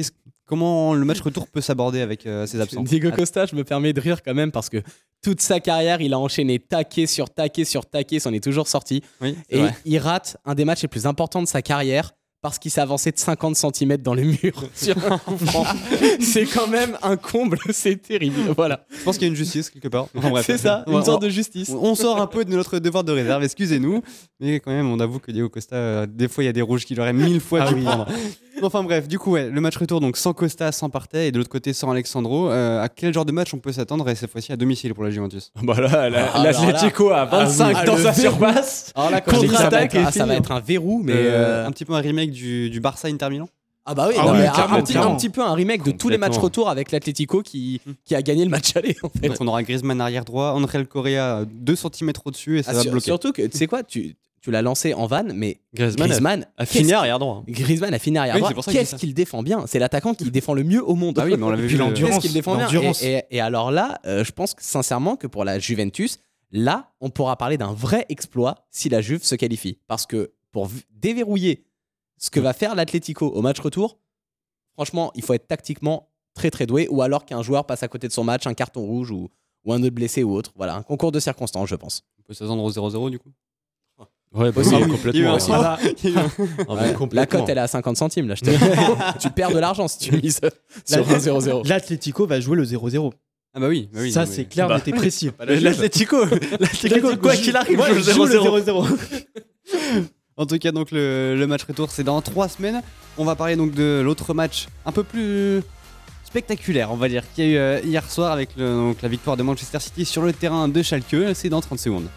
Comment le match retour peut s'aborder avec euh, ses absents? Diego Costa, je me permets de rire quand même parce que toute sa carrière, il a enchaîné taquet sur taquet sur taquet, s'en est toujours sorti. Oui, c'est Et vrai. il rate un des matchs les plus importants de sa carrière parce qu'il s'est avancé de cinquante centimètres dans le mur sur un coup franc. C'est quand même un comble, c'est terrible. Voilà. Je pense qu'il y a une justice quelque part. Enfin, bref. C'est ça, une On- sorte on- de justice. On sort un peu de notre devoir de réserve, excusez-nous. Mais quand même, on avoue que Diego Costa, euh, des fois, il y a des rouges qu'il aurait mille fois Ah dû oui. prendre. Enfin bref, du coup, ouais, le match retour, donc sans Costa, sans Partey, et de l'autre côté, sans Alexandro. Euh, à quel genre de match on peut s'attendre, et cette fois-ci à domicile pour la Juventus? Bah là, la- Ah, alors l'Atlético à vingt-cinq Ah oui. dans Ah, sa le verrou. surface. Alors là, quand je dis que ça, va être, Contre-attaque et ah, ça va fini. être un verrou, mais. Euh, euh, Un petit peu un remake du, du Barça Inter Milan. Ah bah oui, Ah non, oui, mais un- clairement, un, petit, clairement. un petit peu un remake de tous les matchs Complètement. retour avec l'Atlético qui, qui a gagné le match aller en fait. Donc on aura Griezmann arrière droit, André Correa deux centimètres au-dessus, et ça Ah, va sur- bloquer. surtout que tu sais quoi, tu, tu l'as lancé en vanne, mais Griezmann, Griezmann, a qu'est-ce fini arrière droit. Griezmann a fini arrière Oui, droit. c'est pour ça que je dis Qu'est-ce ça. qu'il défend bien? C'est l'attaquant qui défend le mieux au monde. Ah oui, mais on l'avait Puis vu. le- l'endurance. Qu'est-ce qu'il défend bien? l'endurance. Et, et- et alors là, euh, je pense que, sincèrement que pour la Juventus, là, on pourra parler d'un vrai exploit si la Juve se qualifie. Parce que pour v- déverrouiller ce que va faire l'Atlético au match retour, franchement, il faut être tactiquement très très doué, ou alors qu'un joueur passe à côté de son match, un carton rouge ou, ou un autre blessé ou autre. Voilà, un concours de circonstances, je pense. On peut s'attendre au zéro zéro du coup. Ouais, bah Possible. oui, Il y a eu complètement. un- aussi. Ah bah, il y a eu un- Ah bah, Ouais, la complètement. cote, elle est à cinquante centimes. Là, je te... tu perds de l'argent si tu mises sur un zéro zéro. L'Atlético va jouer le zéro zéro. Ah bah oui, bah oui. Ça, non, mais- c'est clair, Bah, net et précis. L'Atlético, l'Atlético, quoi qu'il arrive, Ouais, joue le joue zéro le zéro. zéro zéro. En tout cas, donc le, le match retour, c'est dans trois semaines. On va parler donc de l'autre match un peu plus spectaculaire, on va dire, qu'il y a eu euh, hier soir avec le- donc, la victoire de Manchester City sur le terrain de Schalke. C'est dans trente secondes.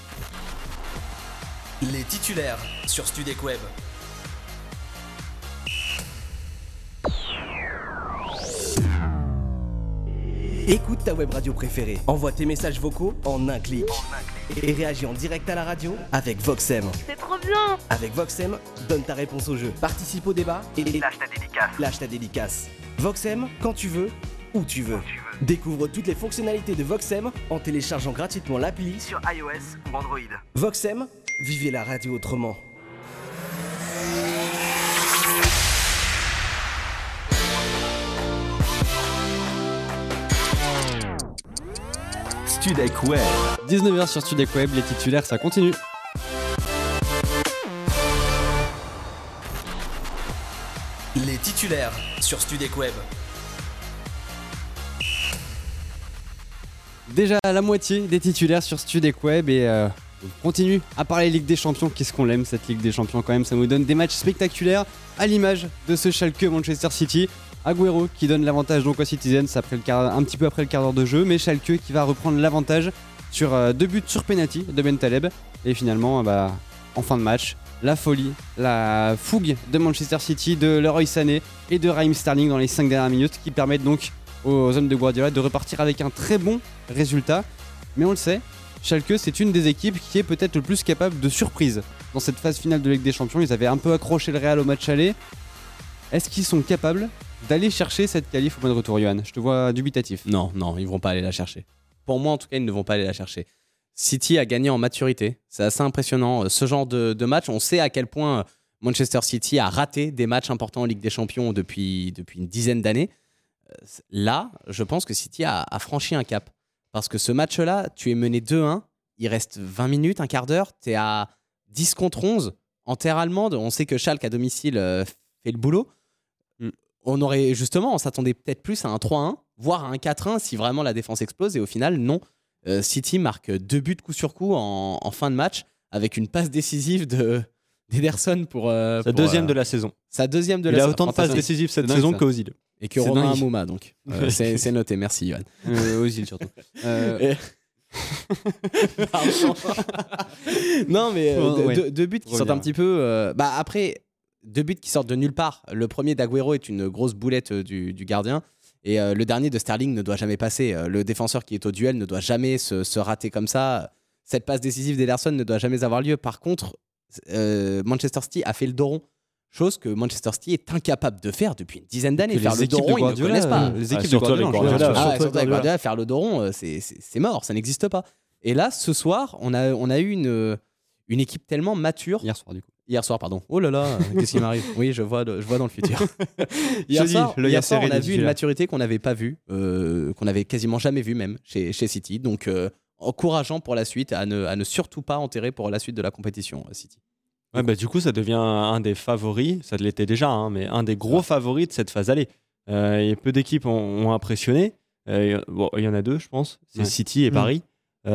Les titulaires sur Studek Web. Écoute ta web radio préférée. Envoie tes messages vocaux en un clic. Et réagis en direct à la radio avec Voxem. C'est trop bien. Avec Voxem, donne ta réponse au jeu. Participe au débat et lâche ta dédicace. Lâche ta dédicace. Voxem, quand tu veux, où tu veux. Découvre toutes les fonctionnalités de Voxem en téléchargeant gratuitement l'appli sur iOS ou Android. Voxem, vivez la radio autrement. Studek Web. dix-neuf heures sur Studek Web, les titulaires, ça continue. Les titulaires sur Studek Web. Déjà la moitié des titulaires sur Studek Web et euh, on continue à parler Ligue des Champions. Qu'est-ce qu'on l'aime cette Ligue des Champions quand même, ça nous donne des matchs spectaculaires à l'image de ce Schalke Manchester City. Agüero qui donne l'avantage donc aux Citizens après le quart, un petit peu après le quart d'heure de jeu, mais Schalke qui va reprendre l'avantage sur euh, deux buts sur penalty de Ben Taleb. Et finalement, euh, bah, en fin de match, la folie, la fougue de Manchester City, de Leroy Sané et de Raheem Sterling dans les cinq dernières minutes qui permettent donc aux hommes de Guardiola de repartir avec un très bon résultat. Mais on le sait, Schalke c'est une des équipes qui est peut-être le plus capable de surprise. Dans cette phase finale de Ligue des Champions, ils avaient un peu accroché le Real au match aller. Est-ce qu'ils sont capables d'aller chercher cette qualif au point de retour, Johan? Je te vois dubitatif. Non, non, ils vont pas aller la chercher. Pour moi, en tout cas, ils ne vont pas aller la chercher. City a gagné en maturité. C'est assez impressionnant. Ce genre de, de match, on sait à quel point Manchester City a raté des matchs importants en Ligue des Champions depuis, depuis une dizaine d'années. Là, je pense que City a, a franchi un cap. Parce que ce match-là, tu es mené deux un, il reste vingt minutes, un quart d'heure, tu es à dix contre onze en terre allemande. On sait que Schalke à domicile euh, fait le boulot. Mm. On aurait justement, on s'attendait peut-être plus à un trois un, voire à un quatre un si vraiment la défense explose. Et au final, non. Euh, City marque deux buts coup sur coup en, en fin de match avec une passe décisive de d'Ederson pour euh, Sa pour, deuxième euh, de la saison. Sa deuxième de Il la a saison. autant de passes Fantastique. décisives cette C'est dingue, saison ça. qu'Ozil. Et que C'est Romain dingue. Amouma, donc. Euh, c'est c'est noté, merci Yohan. Euh, Ozil surtout. Euh, Et- Pardon. Non, mais euh, Ouais, deux- ouais. deux, deux buts qui Reviens. sortent un petit peu. euh, bah après, deux buts qui sortent de nulle part. Le premier d'Agüero est une grosse boulette euh, du, du gardien. Et euh, le dernier de Sterling ne doit jamais passer. Euh, le défenseur qui est au duel ne doit jamais se, se rater comme ça. Cette passe décisive d'Ederson ne doit jamais avoir lieu. Par contre, euh, Manchester City a fait le dos rond. Chose que Manchester City est incapable de faire depuis une dizaine d'années. Que Faire les le dos équipes de rond, ils ne Guardiola, connaissent pas. euh, les Ah, équipes de surtout Guardiola, avec en Guardiola. général. Ah, surtout ouais, surtout avec Guardiola. Guardiola, faire le dos rond, euh, c'est- c'est c'est mort, ça n'existe pas. Et là, ce soir, on a, on a eu une, une équipe tellement mature. Hier soir du coup. Hier soir, pardon. Oh là là, qu'est-ce qui m'arrive? Oui, je vois, de- je vois dans le futur. Hier Jeudi, soir, le hier Yasser soir, est on a des vu une titulaires. maturité qu'on n'avait pas vue, euh, qu'on n'avait quasiment jamais vue même chez, chez City. Donc, euh, encourageant pour la suite, à ne, à ne surtout pas enterrer pour la suite de la compétition, euh, City. Ouais, bah, du coup, ça devient un des favoris, ça l'était déjà, hein, mais un des gros favoris de cette phase aller. Euh, et peu d'équipes ont, ont impressionné. Euh, bon, il y en a deux, je pense. C'est Ouais. City et Mm. Paris.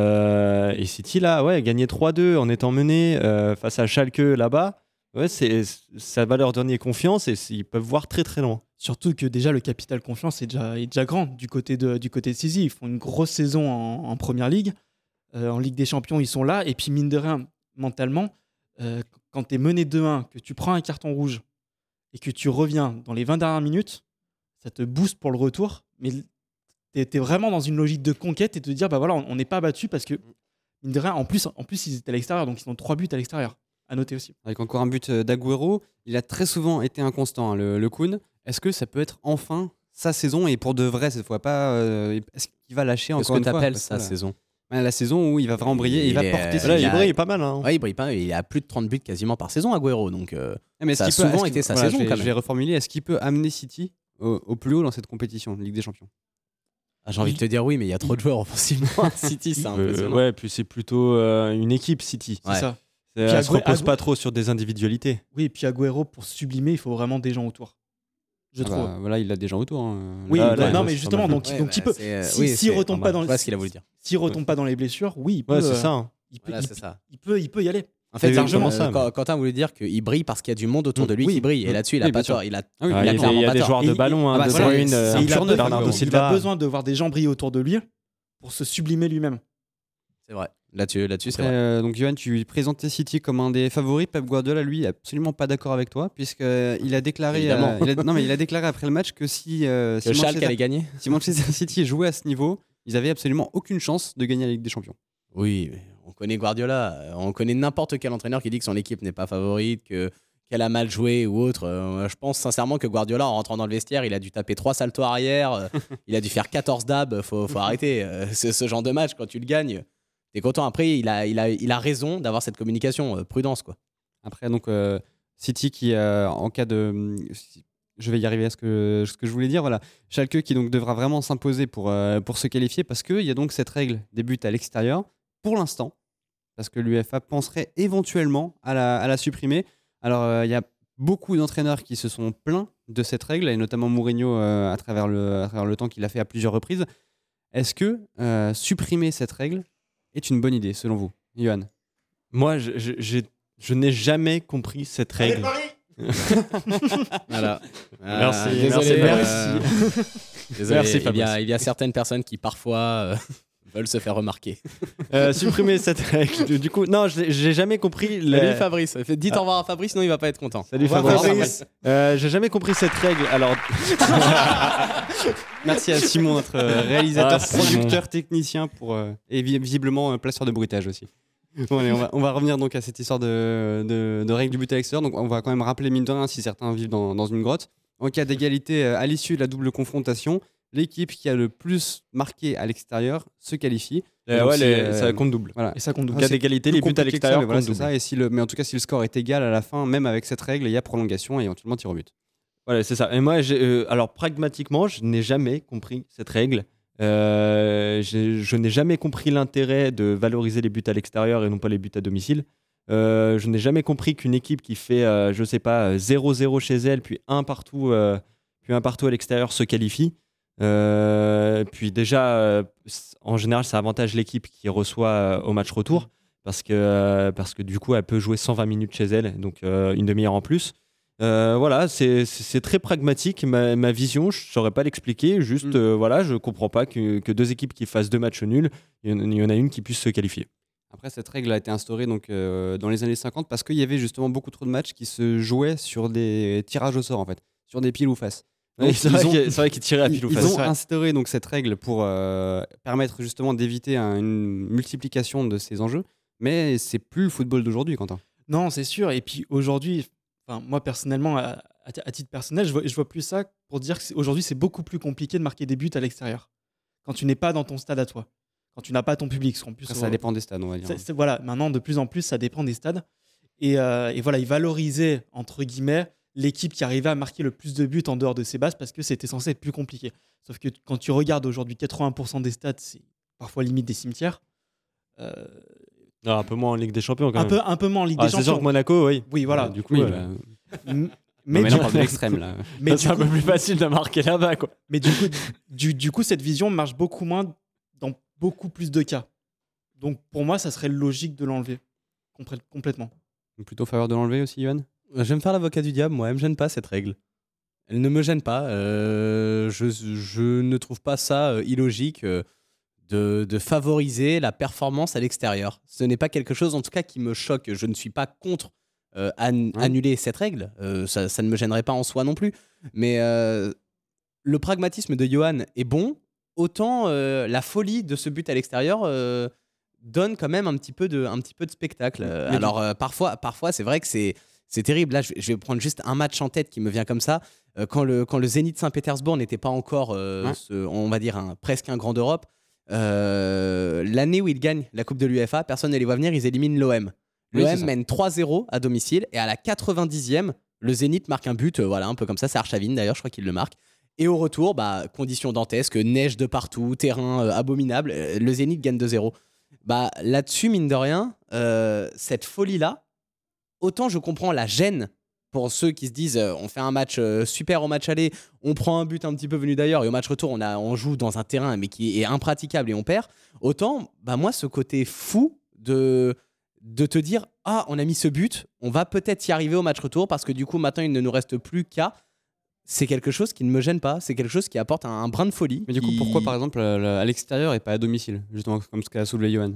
Euh, et City, là, ouais, gagner trois deux en étant mené euh, face à Schalke là-bas, ouais, c'est, ça va leur donner confiance et c'est- ils peuvent voir très très loin. Surtout que déjà le capital confiance est déjà, est déjà grand du côté de, du côté de City. Ils font une grosse saison en, en Première Ligue. Euh, en Ligue des Champions, ils sont là. Et puis mine de rien, mentalement, euh, quand tu es mené deux un, que tu prends un carton rouge et que tu reviens dans les vingt dernières minutes, ça te booste pour le retour. Mais tu es vraiment dans une logique de conquête et de te dire, bah voilà, on n'est pas battu parce que, mine de rien, en plus, en plus ils étaient à l'extérieur, donc ils ont trois buts à l'extérieur. À noter aussi. Avec encore un but euh, d'Agüero, il a très souvent été inconstant, hein, le, le Kun. Est-ce que ça peut être enfin sa saison et pour de vrai cette fois pas euh, Est-ce qu'il va lâcher Qu'est-ce encore que une fois t'appelles Parce que sa là- saison? Ouais, La saison où il va vraiment briller et il, Il va est, porter. euh, ses- Là, il il a- brille pas mal. Hein. Ouais, il brille pas, il a plus de trente buts quasiment par saison, Agüero. Donc, euh, Ah, mais est-ce ça a qu'il peut- souvent est-ce été qu'il- sa voilà, saison, je vais, quand je même. vais reformuler. Est-ce qu'il peut amener City au, au plus haut dans cette compétition, Ligue des Champions? ah, j'ai envie de te dire oui, mais il y a trop de joueurs offensivement à City, c'est Euh, impressionnant. ouais, puis c'est plutôt euh, une équipe City. Ouais. C'est ça. C'est- Puis Elle se Agüero- repose Agüero- pas trop sur des individualités. Oui, et puis Agüero, pour sublimer, il faut vraiment des gens autour. Je Ah trouve. bah, voilà, il a des gens autour. hein. Oui, Là, bah, là, non, ouais, mais c'est justement, pas mal. donc, Ouais, donc bah, il peut. c'est, euh, Si- oui, s'il c'est retombe pas pas mal. dans Je le- vois ce qu'il a voulu dire. S'il retombe pas dans les blessures, oui, il peut, Ouais, c'est euh, ça. hein. il, peut, Voilà, il, c'est ça. il peut, il peut y aller. En fait, Et largement, comment ça, euh, Qu- Quentin voulait dire qu'il brille parce qu'il y a du monde autour de lui Oui. qui brille. Et là-dessus, il a Oui, pas bien sûr. tort. Il a, Ah oui, il Ah, a Il y a des- clairement il y a pas des tort. joueurs de Et- ballon, ah hein, bah, De voilà, Bruyne, c'est- euh, c'est- il, a besoin, Bernardo il a Silva. besoin de voir des gens briller autour de lui pour se sublimer lui-même. C'est vrai. Là-dessus, là-dessus c'est Après, vrai. euh, donc Johan, tu présentais City comme un des favoris. Pep Guardiola, lui, est absolument pas d'accord avec toi, puisqu'il a déclaré, Évidemment. euh, il a- non mais il a déclaré après le match que si, euh, si Que Schalke Manchester- allait gagner. si Manchester City jouait à ce niveau, ils avaient absolument aucune chance de gagner la Ligue des Champions. Oui, mais on connaît Guardiola. euh, On connaît n'importe quel entraîneur qui dit que son équipe n'est pas favorite, que qu'elle a mal joué ou autre. Euh, je pense sincèrement que Guardiola, en rentrant dans le vestiaire, il a dû taper trois saltos arrière, euh, il a dû faire quatorze dabs. Faut, faut arrêter. Euh, ce, ce genre de match, quand tu le gagnes, t'es content. Après, il a, il a, il a raison d'avoir cette communication. euh, prudence, quoi. Après, donc, euh, City qui, euh, en cas de. si- Je vais y arriver à ce que, ce que je voulais dire. Voilà. Schalke qui donc devra vraiment s'imposer pour, euh, pour se qualifier parce qu'il y a donc cette règle des buts à l'extérieur pour l'instant. Parce que l'UEFA penserait éventuellement à la, à la supprimer. Alors, euh, il y a beaucoup d'entraîneurs qui se sont plaints de cette règle, et notamment Mourinho euh, à, travers le, à travers le temps qu'il a fait à plusieurs reprises. Est-ce que euh, supprimer cette règle est une bonne idée, selon vous, Johan? Moi, je, je- j'ai- je n'ai jamais compris cette règle. Voilà. Merci, Euh, désolé, merci, euh, désolé, Merci, il, y a, Fabrice. il y a certaines personnes qui parfois euh, veulent se faire remarquer. Euh, supprimer cette règle. Du coup, non, j'ai j'ai jamais compris. la- Salut Fabrice. Dites au revoir à Fabrice, sinon il va pas être content. Salut Au revoir, Fabrice. Euh, j'ai jamais compris cette règle. Alors, Merci à Simon, notre euh, réalisateur, Ah, Simon. producteur, technicien pour, euh, et vi- visiblement euh, placeur de bruitage aussi. Bon, allez, on, va, on va revenir donc à cette histoire de, de, de règle du but à l'extérieur. Donc on va quand même rappeler mine de rien si certains vivent dans, dans une grotte. En cas d'égalité euh, à l'issue de la double confrontation, l'équipe qui a le plus marqué à l'extérieur se qualifie. euh, Donc, ouais, si, les- euh, ça compte double. Voilà. Et ça compte En double. cas c'est d'égalité, Plus les buts à compliqué que ça, l'extérieur mais voilà, comptent c'est double. ça. Et si le, mais en tout cas, si le score est égal à la fin, même avec cette règle, il y a prolongation et éventuellement tir au but. Voilà, c'est ça. Et moi, j'ai, euh, alors pragmatiquement, je n'ai jamais compris cette règle. Euh, j'ai- je n'ai jamais compris l'intérêt de valoriser les buts à l'extérieur et non pas les buts à domicile. Euh, je n'ai jamais compris qu'une équipe qui fait, euh, je sais pas, zéro zéro chez elle, puis un partout, euh, puis un partout à l'extérieur se qualifie. Euh, puis déjà, euh, c- en général, ça avantage l'équipe qui reçoit euh, au match retour parce que, euh, parce que du coup, elle peut jouer cent vingt minutes chez elle, donc euh, une demi-heure en plus. Euh, voilà, c'est- c'est c'est très pragmatique. Ma, ma vision, je ne saurais pas l'expliquer. Juste, Mm. euh, voilà, je ne comprends pas que, que deux équipes qui fassent deux matchs nuls, il y, en- il y en a une qui puisse se qualifier. Après, cette règle a été instaurée donc, euh, dans les années cinquante parce qu'il y avait justement beaucoup trop de matchs qui se jouaient sur des tirages au sort, en fait, sur des piles ou face. Oui, Donc, c'est ils vrai ont- qu'il- c'est vrai qu'ils tiraient à Ils, pile ou ils face. ont instauré donc, cette règle pour euh, permettre justement d'éviter un- une multiplication de ces enjeux, mais c'est plus le football d'aujourd'hui, Quentin. Non, c'est sûr. Et puis aujourd'hui, enfin, moi personnellement, à, à t- à titre personnel, je vois, je vois plus ça pour dire qu'aujourd'hui, c'est beaucoup plus compliqué de marquer des buts à l'extérieur. Quand tu n'es pas dans ton stade à toi. Quand tu n'as pas ton public. En plus, Après, ça on- dépend des stades, on va dire. c'est- c'est- voilà, maintenant, de plus en plus, ça dépend des stades. Et, euh, et voilà, il valorisait, entre guillemets, l'équipe qui arrivait à marquer le plus de buts en dehors de ses bases parce que c'était censé être plus compliqué. Sauf que quand tu regardes aujourd'hui quatre-vingts pour cent des stats, c'est parfois limite des cimetières. Euh, Ah, un peu moins en Ligue des Champions, quand un, même. peu, un peu moins en Ligue Ah, des c'est Champions. sûr que Monaco, oui. Oui, voilà. Euh, du coup, Oui, euh, bah, M- mais, mais là, du on parle coup- de l'extrême, là. mais c'est du un coup- peu plus facile de marquer là-bas, quoi. Mais du coup, du, du coup, cette vision marche beaucoup moins dans beaucoup plus de cas. Donc pour moi, ça serait logique de l'enlever Complè- complètement. Plutôt faveur de l'enlever aussi, Yohan. Je vais me faire l'avocat du diable, moi, elle me gêne pas cette règle. Elle ne me gêne pas. euh, je, je ne trouve pas ça euh, illogique euh, de, de favoriser la performance à l'extérieur. Ce n'est pas quelque chose, en tout cas, qui me choque. Je ne suis pas contre euh, an- annuler cette règle. Euh, ça, ça ne me gênerait pas en soi non plus. Mais euh, le pragmatisme de Johan est bon. Autant euh, la folie de ce but à l'extérieur euh, donne quand même un petit peu de, un petit peu de spectacle. Euh, Mais alors euh, parfois, parfois c'est vrai que c'est, c'est terrible. Là, je vais, je vais prendre juste un match en tête qui me vient comme ça. Euh, quand, le, quand le Zénith Saint-Pétersbourg n'était pas encore, euh, Ouais. ce- on va dire, un, presque un grand d'Europe, euh, l'année où ils gagnent la Coupe de l'U E F A, personne ne les voit venir, ils éliminent l'O M. Oui, L'O c'est M ça. mène trois zéro à domicile et à la quatre-vingt-dixième, le Zénith marque un but, euh, voilà, un peu comme ça, c'est Arshavin d'ailleurs, je crois qu'il le marque. Et au retour, bah, conditions dantesques, neige de partout, terrain euh, abominable, euh, le Zénith gagne deux zéro. Bah, là-dessus, mine de rien, euh, cette folie-là, autant je comprends la gêne pour ceux qui se disent euh, on fait un match euh, super au match aller, on prend un but un petit peu venu d'ailleurs et au match retour on, a, on joue dans un terrain mais qui est impraticable et on perd. Autant, bah, moi, ce côté fou de, de te dire ah, on a mis ce but, on va peut-être y arriver au match retour parce que du coup maintenant il ne nous reste plus qu'à. C'est quelque chose qui ne me gêne pas, c'est quelque chose qui apporte un, un brin de folie. Mais du coup, qui- pourquoi par exemple euh, à l'extérieur et pas à domicile, justement comme ce qu'a soulevé Johan?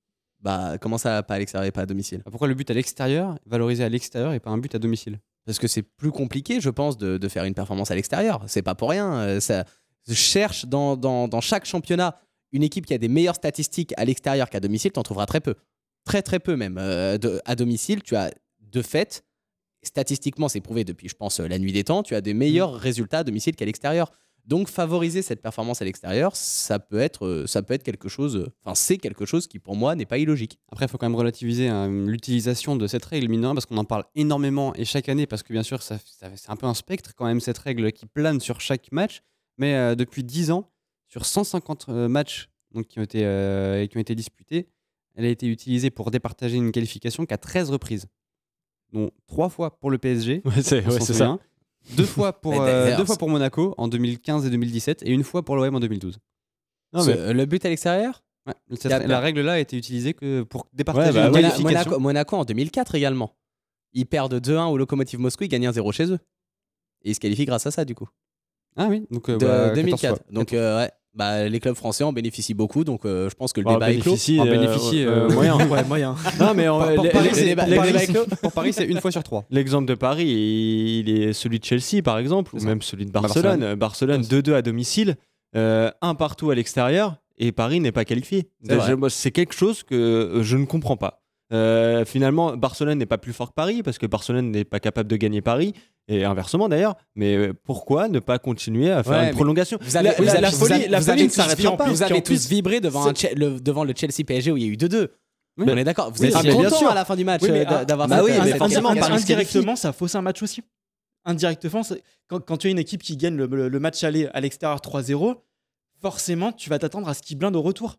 Bah, comment ça, pas à l'extérieur et pas à domicile? Pourquoi le but à l'extérieur, valorisé à l'extérieur et pas un but à domicile? Parce que c'est plus compliqué, je pense, de, de faire une performance à l'extérieur. C'est pas pour rien. Euh, Ça je cherche dans, dans, dans chaque championnat une équipe qui a des meilleures statistiques à l'extérieur qu'à domicile, t'en trouveras très peu. Très très peu même. Euh, de- à domicile, tu as de fait, statistiquement c'est prouvé depuis, je pense, la nuit des temps, tu as des meilleurs résultats à domicile qu'à l'extérieur. Donc favoriser cette performance à l'extérieur, ça peut être, euh, ça peut être quelque chose, euh, enfin c'est quelque chose qui pour moi n'est pas illogique. Après, il faut quand même relativiser hein, l'utilisation de cette règle, mine de rien, parce qu'on en parle énormément et chaque année, parce que bien sûr, ça, ça- c'est un peu un spectre quand même, cette règle qui plane sur chaque match. Mais euh, depuis dix ans, sur cent cinquante euh, matchs donc, qui, ont été, euh, qui ont été disputés, elle a été utilisée pour départager une qualification qu'à treize reprises. Donc trois fois pour le P S G, Ouais, c'est on ouais, s'en c'est souvient. ça. Deux fois pour, Mais euh, d'ailleurs, deux fois pour Monaco en deux mille quinze et deux mille dix-sept et une fois pour l'O M en deux mille douze. Non, Ce- mais- euh, le but à l'extérieur, Ouais, cette- Y a- la règle là a été utilisée que pour départager Ouais, bah, une oui, Mona- qualification. Monaco, Monaco en deux mille quatre également. Ils perdent deux un au Lokomotiv Moscou, ils gagnent un zéro chez eux. Et ils se qualifient grâce à ça, du coup. Ah oui, donc euh, De bah, deux mille quatorze quatre. fois. Donc, euh, ouais, bah, les clubs français en bénéficient beaucoup. Donc, euh, je pense que le Bah, débat est clos. bénéficie, En euh, bénéficie, euh, euh, moyen. Ouais, moyen. Non, mais on- Pour les- Paris, les- c'est- les- pour les- Paris, les- Pour Paris, c'est une fois sur trois. L'exemple de Paris, il est celui de Chelsea, par exemple, ou C'est ça. même celui de Bah, Barcelone. Barcelone. Barcelone, deux deux à domicile, euh, un partout à l'extérieur, et Paris n'est pas qualifié. C'est vrai. Je- moi, C'est quelque chose que euh, je ne comprends pas. Euh, finalement, Barcelone n'est pas plus fort que Paris, parce que Barcelone n'est pas capable de gagner Paris, et inversement d'ailleurs. Mais euh, pourquoi ne pas continuer à faire Ouais, une mais prolongation Vous avez, La- vous la- avez- la vous folie, avez- la vous folie avez ne tous s'arrêtera vi- pas. Vous Puis en avez tous plus, vibré devant, un c'est- Che- le- devant le Chelsea P S G où il y a eu deux deux. Oui. On est d'accord. Vous Oui, êtes ah, mais bien content sûr. à la fin du match Oui, mais, euh, d'a- ah, d'avoir bah cette- oui, cette mais Indi- forcément, qualification. Paris se qualifie. indirectement, ça fausse un match aussi. Indirectement, c'est- quand, quand tu as une équipe qui gagne le, le- le match aller à l'extérieur trois zéro, forcément, tu vas t'attendre à ce qu'il blinde au retour.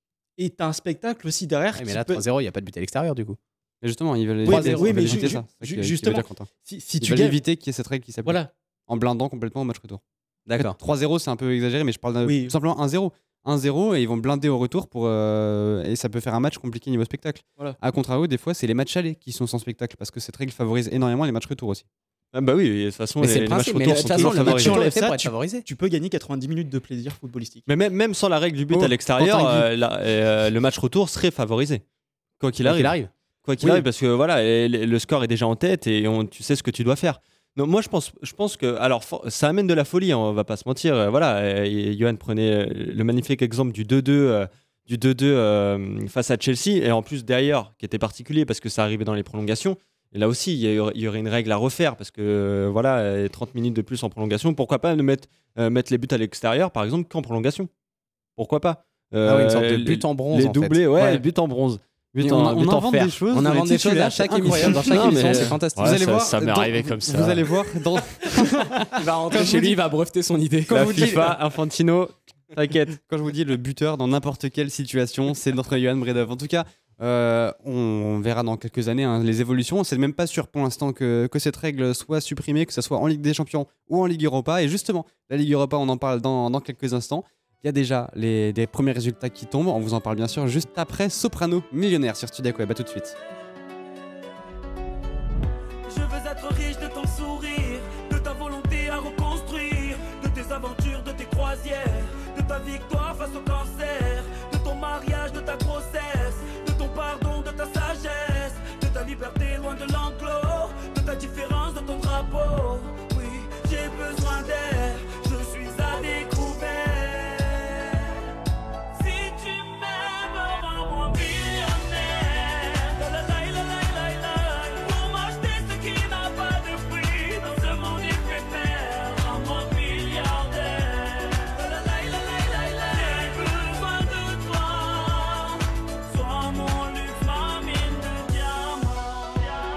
Et tu as un spectacle aussi derrière. Ouais, mais qui là, peut- trois zéro, il n'y a pas de but à l'extérieur du coup. Et justement, ils veulent Oui, éviter- mais- oui, ils mais veulent ju- éviter ju- ça. C'est ça ju- qui- qui justement, veut dire, Quentin. si, si Ils tu veulent gagnes, éviter qu'il y ait cette règle qui s'applique voilà. en blindant complètement au match retour. D'accord. trois zéro, c'est un peu exagéré, mais je parle d'un- Oui. tout simplement un zéro. un zéro et ils vont blinder au retour pour, euh, et ça peut faire un match compliqué niveau spectacle. Voilà. A contrario, des fois, c'est les matchs allés qui sont sans spectacle parce que cette règle favorise énormément les matchs retour aussi. Ah bah oui, et de toute façon, Mais les, c'est le les matchs principe. Mais retour de sont toute façon, toujours le match favorisés. retour est Enlève fait ça, pour être tu- favorisé. Tu peux gagner quatre-vingt-dix minutes de plaisir footballistique. Mais même, même sans la règle du but Oh, à l'extérieur, Quentin, il euh, la- euh, le match retour serait favorisé. Quoi qu'il Quoi arrive. qu'il arrive. Quoi qu'il Oui. arrive, parce que voilà, et le le score est déjà en tête et on, tu sais ce que tu dois faire. Donc moi, je pense, je pense que, alors, for- ça amène de la folie, hein, on va pas se mentir. euh, Voilà, euh, et Johan prenait euh, le magnifique exemple du deux deux, euh, du deux deux euh, face à Chelsea, et en plus derrière, qui était particulier parce que ça arrivait dans les prolongations. Et là aussi, il y, aurait- il y aurait une règle à refaire parce que euh, voilà, euh, trente minutes de plus en prolongation. Pourquoi pas ne mettre, euh, mettre les buts à l'extérieur, par exemple, qu'en prolongation? Pourquoi pas? Ah oui, une sorte de Euh, but en bronze, Les en fait. doublés, ouais, Ouais. les buts en bronze. But on, en, on but en invente fer. des choses. On dans invente les des choses à titulaires, chaque c'est émission. incroyable. Dans chaque Non, émission, mais- c'est fantastique. Ouais, Vous allez ça- voir, ça m'est dans- arrivé comme ça. Vous allez voir dans. Il va rentrer Quand je chez vous lui, dis- il va breveter son idée. Quand La je vous dis- FIFA, Infantino, t'inquiète. Quand je vous dis le buteur dans n'importe quelle situation, c'est notre Johan Bredov. En tout cas, euh, on, on verra dans quelques années hein, les évolutions. C'est même pas sûr pour l'instant que, que cette règle soit supprimée, que ce soit en Ligue des Champions ou en Ligue Europa. Et justement, la Ligue Europa, on en parle dans, dans quelques instants. Il y a déjà les, des premiers résultats qui tombent. On vous en parle bien sûr juste après Soprano Millionnaire sur Studio Web. À tout de suite. Je veux être riche de ton sourire, de ta volonté à reconstruire, de tes aventures, de tes croisières, de ta victoire face au cancer, de ton mariage, de ta grossesse, de ton pardon, de ta sagesse, de ta liberté loin de l'enclos, de ta différence, de ton drapeau. Oui, j'ai besoin d'air, je suis à découvert. Si tu m'aimes, rends-moi millionnaire. La la la la la la la. Pour m'acheter ce qui n'a pas de prix dans ce monde éphémère. Rends-moi milliardaire. La la la la la la la. J'ai besoin de toi. Sois mon luxe, ma mine de diamants.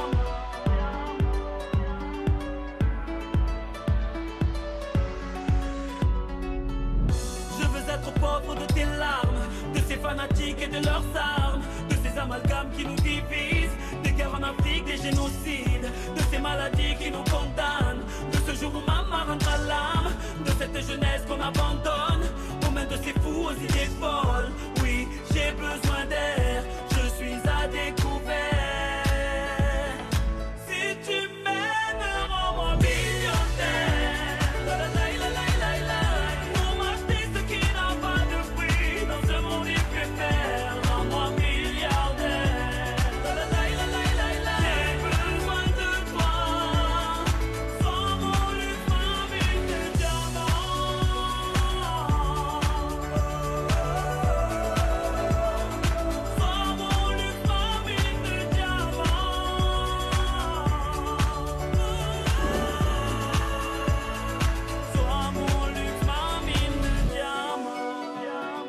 Je veux être pauvre de tes larmes, de ces fanatiques et de leurs armes, de ces amalgames qui nous divisent, des guerres en Afrique, des génocides, de ces maladies qui nous condamnent, de ce jour où maman rendra l'âme, de cette jeunesse qu'on abandonne, aux mains de ces fous aux idées folles. Oui, j'ai besoin d'air, je suis à découvert. Si tu m'aimes, rends-moi millionnaire. La la la la la la la. Pour m'acheter ce qui n'a pas de prix dans ce monde éphémère. Rends-moi milliardaire. La la la la la la la. J'ai besoin de toi. Sans mon luxe, ma mine de diamants. Sans mon luxe, ma mine de diamants. Sois mon luxe, ma mine de diamants.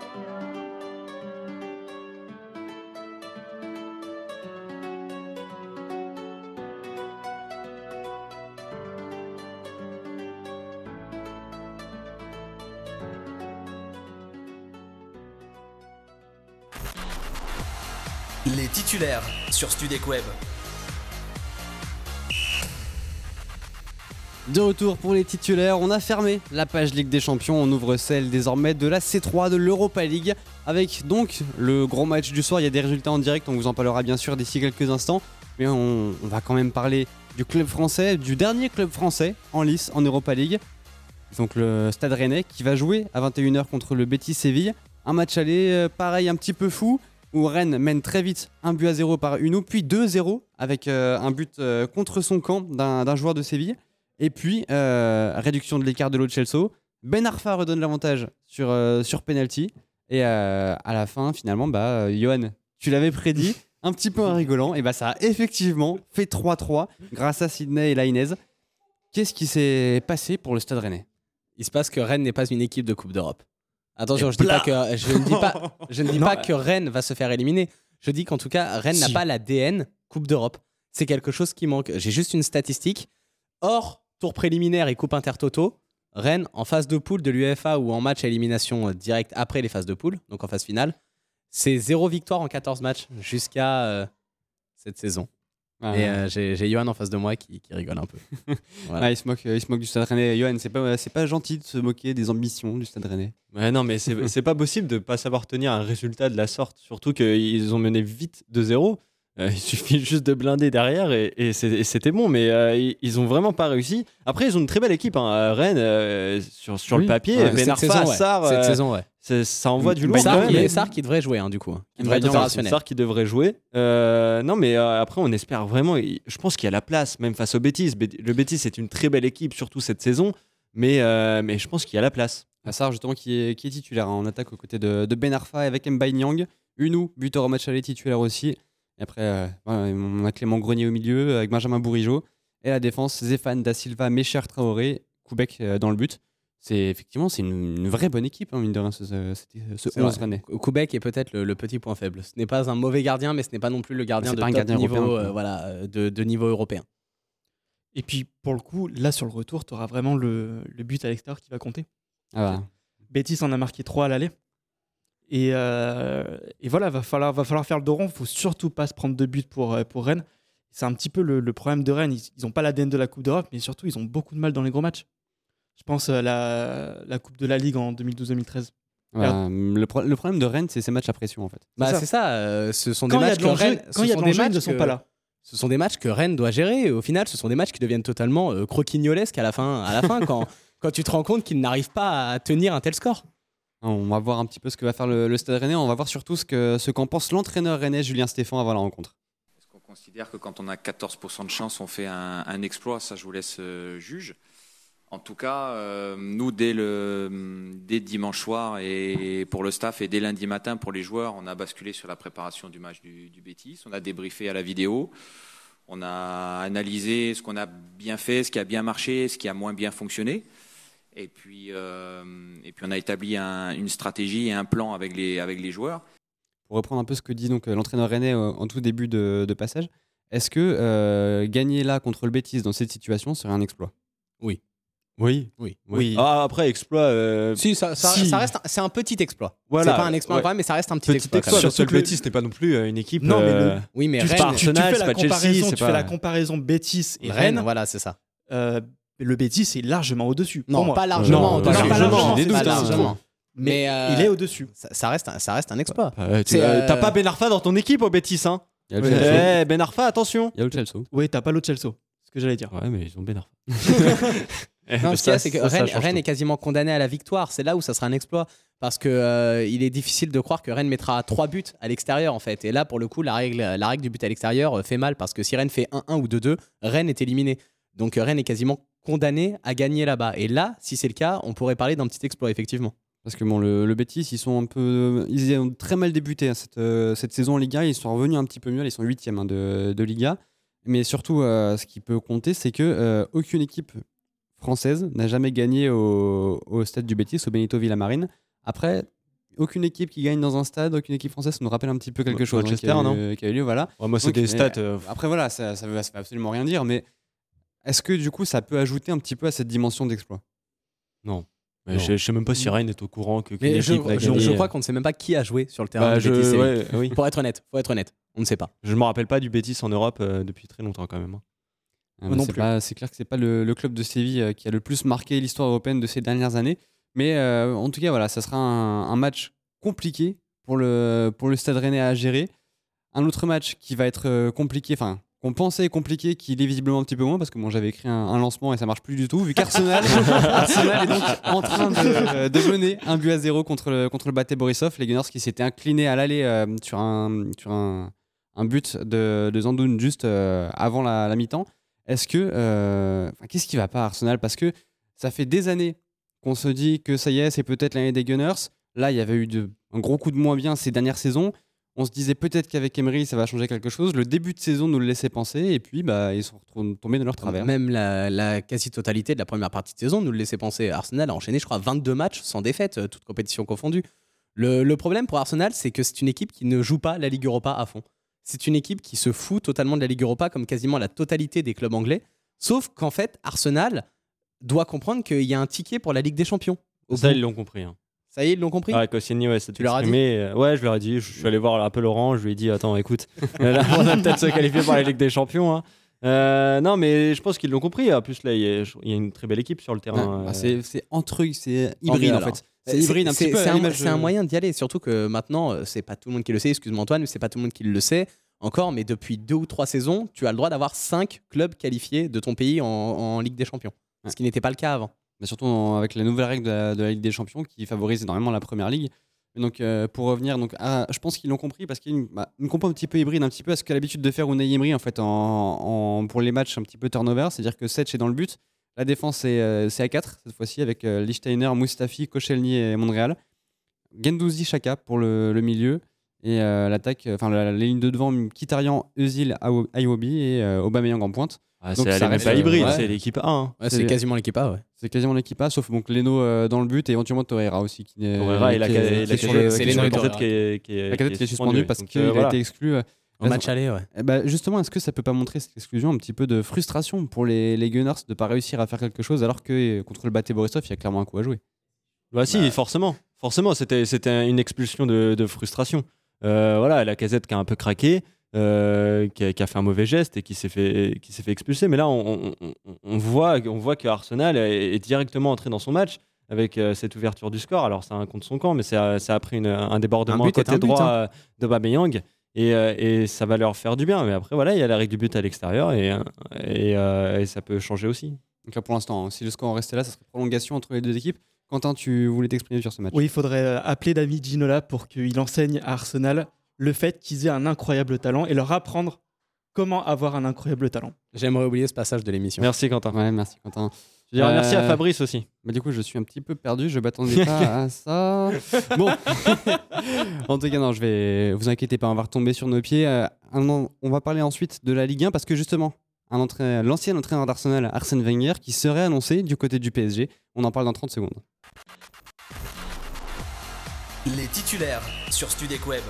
Les titulaires sur Studek Web. De retour pour les titulaires, on a fermé la page Ligue des Champions, on ouvre celle désormais de la C trois de l'Europa League avec donc le gros match du soir. Il y a des résultats en direct, on vous en parlera bien sûr d'ici quelques instants, mais on, on va quand même parler du club français, du dernier club français en lice en Europa League, donc le Stade Rennais qui va jouer à vingt et une heures contre le Betis Séville. Un match aller euh, pareil un petit peu fou où Rennes mène très vite un but à zéro par Uno, puis deux zéro avec euh, un but euh, contre son camp d'un, d'un joueur de Séville. Et puis, euh, réduction de l'écart de Lo Celso. Ben Arfa redonne l'avantage sur, euh, sur penalty. Et euh, à la fin, finalement, bah, euh, Johan, tu l'avais prédit, un petit peu en rigolant. Et bah, ça a effectivement fait trois trois grâce à Sidney et Lainez. Qu'est-ce qui s'est passé pour le Stade Rennais ? Il se passe que Rennes n'est pas une équipe de Coupe d'Europe. Attention, je, dis pas que, je ne dis pas, je ne dis pas que Rennes va se faire éliminer. Je dis qu'en tout cas, Rennes Si. n'a pas l'A D N Coupe d'Europe. C'est quelque chose qui manque. J'ai juste une statistique. Hors tour préliminaire et coupe intertoto, Rennes en phase de poule de l'U E F A ou en match à élimination euh, directe après les phases de poule, donc en phase finale, c'est zéro victoire en quatorze matchs jusqu'à euh, cette saison. Ah, et euh, j'ai, j'ai Johan en face de moi qui, qui rigole un peu. Voilà. Ah, il, se moque, il se moque du Stade Rennais. Johan, c'est pas, c'est pas gentil de se moquer des ambitions du Stade Rennais. Ouais, non, mais c'est c'est pas possible de pas savoir tenir un résultat de la sorte. Surtout qu'ils ont mené vite deux zéro. Euh, il suffit juste de blinder derrière et, et, c'est- et c'était bon. Mais euh, ils, ils ont vraiment pas réussi. Après, ils ont une très belle équipe. Hein. Euh, Rennes, euh, sur, sur Oui. le papier, Ouais, Ben cette Arfa, saison, ouais. Sarr, Cette euh, saison, ouais. c'est- ça envoie du lourd. Sarr quand qui, même. Sarr qui devrait jouer, hein, du coup. Qui devrait être Ouais, opérationnel. Sarr qui devrait jouer. Euh, non, mais euh, après, on espère vraiment. il- Je pense qu'il y a la place, même face au Betis. Bé- Le Betis, c'est une très belle équipe, surtout cette saison. Mais, euh, mais je pense qu'il y a la place. Sarr, justement, qui est, qui est titulaire hein, en attaque aux côtés de, de Ben Arfa avec Mbaye Niang. Unou, buteur au match aller, titulaire aussi. Et après, euh, ouais, on a Clément Grenier au milieu avec Benjamin Bourigeaud. Et la défense, Zéphane Da Silva, Mécher Traoré, Koubek euh, dans le but. c'est effectivement c'est une, une vraie bonne équipe, hein, mine de rien, ce, ce, ce C'est onze vrai. rennais. Koubek est peut-être le, le petit point faible. Ce n'est pas un mauvais gardien, mais ce n'est pas non plus le gardien C'est de pas un top gardien niveau, européen, euh, quoi. voilà, euh, de, de niveau européen. Et puis, pour le coup, là, sur le retour, tu auras vraiment le, le but à l'extérieur qui va compter. Ah bah. Betis en a marqué trois à l'aller. Et, euh, et voilà, va falloir, va falloir faire le dos rond. Il ne faut surtout pas se prendre de buts pour, euh, pour Rennes. C'est un petit peu le, le problème de Rennes. Ils n'ont pas l'A D N de la Coupe d'Europe, mais surtout, ils ont beaucoup de mal dans les gros matchs. Je pense à la, la Coupe de la Ligue en deux mille douze deux mille treize. Bah, le, pro- le problème de Rennes, c'est ces matchs à pression en fait. Bah, ça. c'est ça. euh, ce sont Quand des il y a matchs de que l'enjeu, Rennes, quand ce il y a sont de des l'enjeu, ils matchs ne sont que- pas là. Ce sont des matchs que Rennes doit gérer. Et au final, ce sont des matchs qui deviennent totalement euh, croquignolesques à la fin, à la fin quand, quand tu te rends compte qu'ils n'arrivent pas à tenir un tel score. On va voir un petit peu ce que va faire le, le Stade Rennais. On va voir surtout ce que ce qu'en pense l'entraîneur rennais Julien Stéphan avant la rencontre. Est-ce qu'on considère que quand on a quatorze pour cent de chance, on fait un, un exploit? Ça, je vous laisse euh, juge. En tout cas, euh, nous, dès, le, dès dimanche soir, et pour le staff, et dès lundi matin pour les joueurs, on a basculé sur la préparation du match du, du Betis. On a débriefé à la vidéo. On a analysé ce qu'on a bien fait, ce qui a bien marché, ce qui a moins bien fonctionné. Et puis, euh, et puis on a établi un, une stratégie et un plan avec les, avec les joueurs. Pour reprendre un peu ce que dit donc euh, l'entraîneur rennais euh, en tout début de, de passage, est-ce que euh, gagner là contre le Betis dans cette situation serait un exploit? Oui. Oui. Oui. Oui. Ah, après, exploit. euh, Si, ça, ça, si. ça reste, un- c'est un petit exploit. Voilà, C'est pas un exploit ouais. incroyable, mais ça reste un petit, Petit exploit. exploit, quand même. parce que le Betis n'est pas non plus euh, une équipe. Non, mais le- euh, Oui, mais Tu, Rennes, pas tu- tu Arsenal, fais c'est la pas Chelsea, comparaison, c'est tu fais pas- la comparaison Betis et Rennes, Rennes. voilà, c'est ça. euh, le Betis est largement au-dessus. Non, pour moi. pas largement Non, au-dessus. pas largement, Pas j'ai des doutes, hein. largement. Mais, Mais, euh, il est au-dessus. Ça, ça reste, un- ça reste un exploit. euh, tu- C'est, euh, T'as euh, pas Ben Arfa dans ton équipe au Betis, hein? Il y a le Ouais. Chelsea. Eh, Ben Arfa, attention. Il y a le Chelsea. Oui, t'as pas l'autre Chelsea. C'est ce que j'allais dire. Ouais, mais ils ont Ben Arfa. Non, ce qu'il y a, c'est que Rennes, Rennes est quasiment condamné à la victoire. C'est là où ça sera un exploit. Parce que euh, il est difficile de croire que Rennes mettra trois buts à l'extérieur, en fait. Et là, pour le coup, la règle, la règle du but à l'extérieur euh, fait mal. Parce que si Rennes fait un un ou deux deux, Rennes est éliminé. Donc euh, Rennes est quasiment condamné à gagner là-bas. Et là, si c'est le cas, on pourrait parler d'un petit exploit, effectivement. Parce que bon, le, le Betis, ils sont un peu, ils ont très mal débuté hein, cette, euh, cette saison en Liga. Ils sont revenus un petit peu mieux. Ils sont huitièmes hein, de, de Liga. Mais surtout, euh, ce qui peut compter, c'est que euh, aucune équipe française n'a jamais gagné au, au stade du Betis, au Benito Villamarín. Après, aucune équipe qui gagne dans un stade, aucune équipe française, ça nous rappelle un petit peu quelque Ouais, chose Manchester, hein, qui, a non eu, qui a eu lieu. Voilà. Ouais, moi, c'est Donc, des mais, stats. euh, Après, voilà, ça, ça, veut, ça veut absolument rien dire. Mais est-ce que du coup, ça peut ajouter un petit peu à cette dimension d'exploit? Non. Mais Non. je, je sais même pas si Rennes est au courant que qu'une Mais je, équipe n'a je- gagné. je crois qu'on ne sait même pas qui a joué sur le terrain Bah, du je, Betis. ouais, oui. Pour être honnête, faut être honnête. On ne sait pas. Je me rappelle pas du Betis en Europe euh, depuis très longtemps quand même. hein. Ah, Moi bah, non c'est plus. pas- c'est clair que c'est pas le, le club de Séville euh, qui a le plus marqué l'histoire européenne de ces dernières années. Mais euh, en tout cas, voilà, ça sera un, un match compliqué pour le, pour le Stade Rennais à gérer. Un autre match qui va être euh, compliqué, enfin, qu'on pensait compliqué, qui l'est visiblement un petit peu moins, parce que bon, j'avais écrit un, un lancement et ça marche plus du tout, vu qu'Arsenal Arsenal est donc en train de, de mener un but à zéro contre le, contre le Bate Borisov. Les Gunners qui s'étaient inclinés à l'aller euh, sur, un, sur un, un but de, de Zandoun juste euh, avant la, la mi-temps. Est-ce que. euh, enfin, qu'est-ce qui va pas à Arsenal? Parce que ça fait des années qu'on se dit que ça y est, c'est peut-être l'année des Gunners. Là, il y avait eu de, un gros coup de moins bien ces dernières saisons. On se disait peut-être qu'avec Emery, ça va changer quelque chose. Le début de saison nous le laissait penser. Et puis, bah, ils sont retrouvés- tombés dans leur travers. Même la, la quasi-totalité de la première partie de saison nous le laissait penser. Arsenal a enchaîné, je crois, vingt-deux matchs sans défaite, euh, toutes compétitions confondues. Le, le problème pour Arsenal, c'est que c'est une équipe qui ne joue pas la Ligue Europa à fond. C'est une équipe qui se fout totalement de la Ligue Europa, comme quasiment la totalité des clubs anglais. Sauf qu'en fait, Arsenal doit comprendre qu'il y a un ticket pour la Ligue des Champions. Au Ça, bout. ils l'ont compris. hein. Ça y est, ils l'ont compris. Ah, Koscielny, ouais, Tu leur as dit dit Ouais, je leur ai dit. Je suis allé voir un peu Laurent. Je lui ai dit attends, écoute, là, on va peut-être se qualifier pour la Ligue des Champions. hein. Euh, non, mais je pense qu'ils l'ont compris. En plus, là, il y, a, il y a une très belle équipe sur le terrain. Ouais, bah, euh, c'est, c'est entre eux, c'est hybride en Voilà. fait. C'est hybride un petit peu. C'est à un, l'image c'est de- un moyen d'y aller, surtout que maintenant, euh, c'est pas tout le monde qui le sait, excuse-moi Antoine, mais c'est pas tout le monde qui le sait encore, mais depuis deux ou trois saisons, tu as le droit d'avoir cinq clubs qualifiés de ton pays en, en Ligue des Champions. Ouais. Ce qui n'était pas le cas avant. Mais surtout en- avec la nouvelle règle de la, de la Ligue des Champions qui favorise énormément la première ligue. Mais donc, euh, pour revenir, donc, à- je pense qu'ils l'ont compris parce qu'il y a une, bah, une compo un petit peu hybride, un petit peu à ce qu'a l'habitude de faire Unai Emery en fait, en, en- pour les matchs un petit peu turnover. C'est-à-dire que Setch est dans le but. La défense, c'est, euh, c'est à quatre cette fois-ci avec euh, Lichtsteiner, Mustafi, Koscielny et Monreal. Gendouzi, Chaka pour le, le milieu. Et euh, l'attaque, enfin la, la ligne de devant, Mkhitaryan, Özil, Awo- Iwobi et euh, Aubameyang en pointe. ah, donc c'est ça elle est même reste, pas euh, hybride, ouais. c'est l'équipe A. hein. Ouais, c'est C'est- quasiment l'équipe A, ouais. C'est quasiment l'équipe A, sauf donc Leno euh, dans le but et éventuellement Torreira aussi. Qui est, Torreira et la qui est- qui est sur le- qui est sur le banc. qui est qui est La Lacazette qui est suspendu suspendu, parce donc, qu'il euh, a voilà. été exclu. euh, En match aller, ouais. Eh ben, justement, est-ce que ça peut pas montrer cette exclusion un petit peu de frustration pour les, les Gunners de pas réussir à faire quelque chose alors que euh, contre le Baté Borisov, il y a clairement un coup à jouer. Bah si, forcément. Forcément, c'était, c'était une expulsion de, de frustration. Euh, voilà, la casette qui a un peu craqué, euh, qui, a, qui a fait un mauvais geste et qui s'est fait, qui s'est fait expulser. Mais là, on, on, on, on voit, on voit que Arsenal est, est directement entré dans son match avec euh, cette ouverture du score. Alors, c'est un contre son camp, mais ça, ça a pris une, un débordement Un but est côté un but, droit hein. euh, de Aubameyang. Et, euh, et ça va leur faire du bien. Mais après, voilà, il y a la règle du but à l'extérieur et, et, euh, et ça peut changer aussi. Donc là, pour l'instant, hein, si le score en restait là, ça serait prolongation entre les deux équipes. Quentin, tu voulais t'exprimer sur ce match? Oui, il faudrait euh, appeler David Ginola pour qu'il enseigne à Arsenal le fait qu'ils aient un incroyable talent et leur apprendre comment avoir un incroyable talent. J'aimerais oublier ce passage de l'émission. Merci, Quentin. Ouais, merci Quentin. Je dirais Euh, merci à Fabrice aussi. Bah, du coup, je suis un petit peu perdu, je m'attendais pas à ça. Bon, en tout cas, non, je vais. Vous inquiétez pas, on va retomber sur nos pieds. Euh, un an- on va parler ensuite de la Ligue un parce que justement, un entraîneur- l'ancien entraîneur d'Arsenal, Arsène Wenger, qui serait annoncé du côté du P S G. On en parle dans trente secondes. Les titulaires sur Studek Web.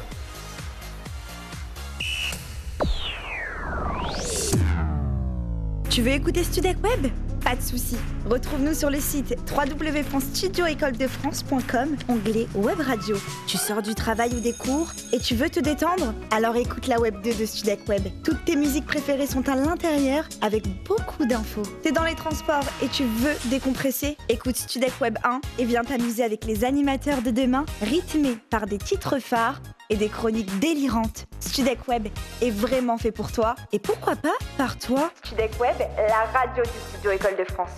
Tu veux écouter Studek Web? Pas de soucis. Retrouve-nous sur le site w w w point studio école de france point com, onglet Web Radio. Tu sors du travail ou des cours et tu veux te détendre? Alors écoute la Web deux de Studek Web. Toutes tes musiques préférées sont à l'intérieur avec beaucoup d'infos. T'es dans les transports et tu veux décompresser? Écoute Studek Web un et viens t'amuser avec les animateurs de demain, rythmés par des titres phares et des chroniques délirantes. Studek Web est vraiment fait pour toi et pourquoi pas par toi. Studek Web, la radio du studio École de France.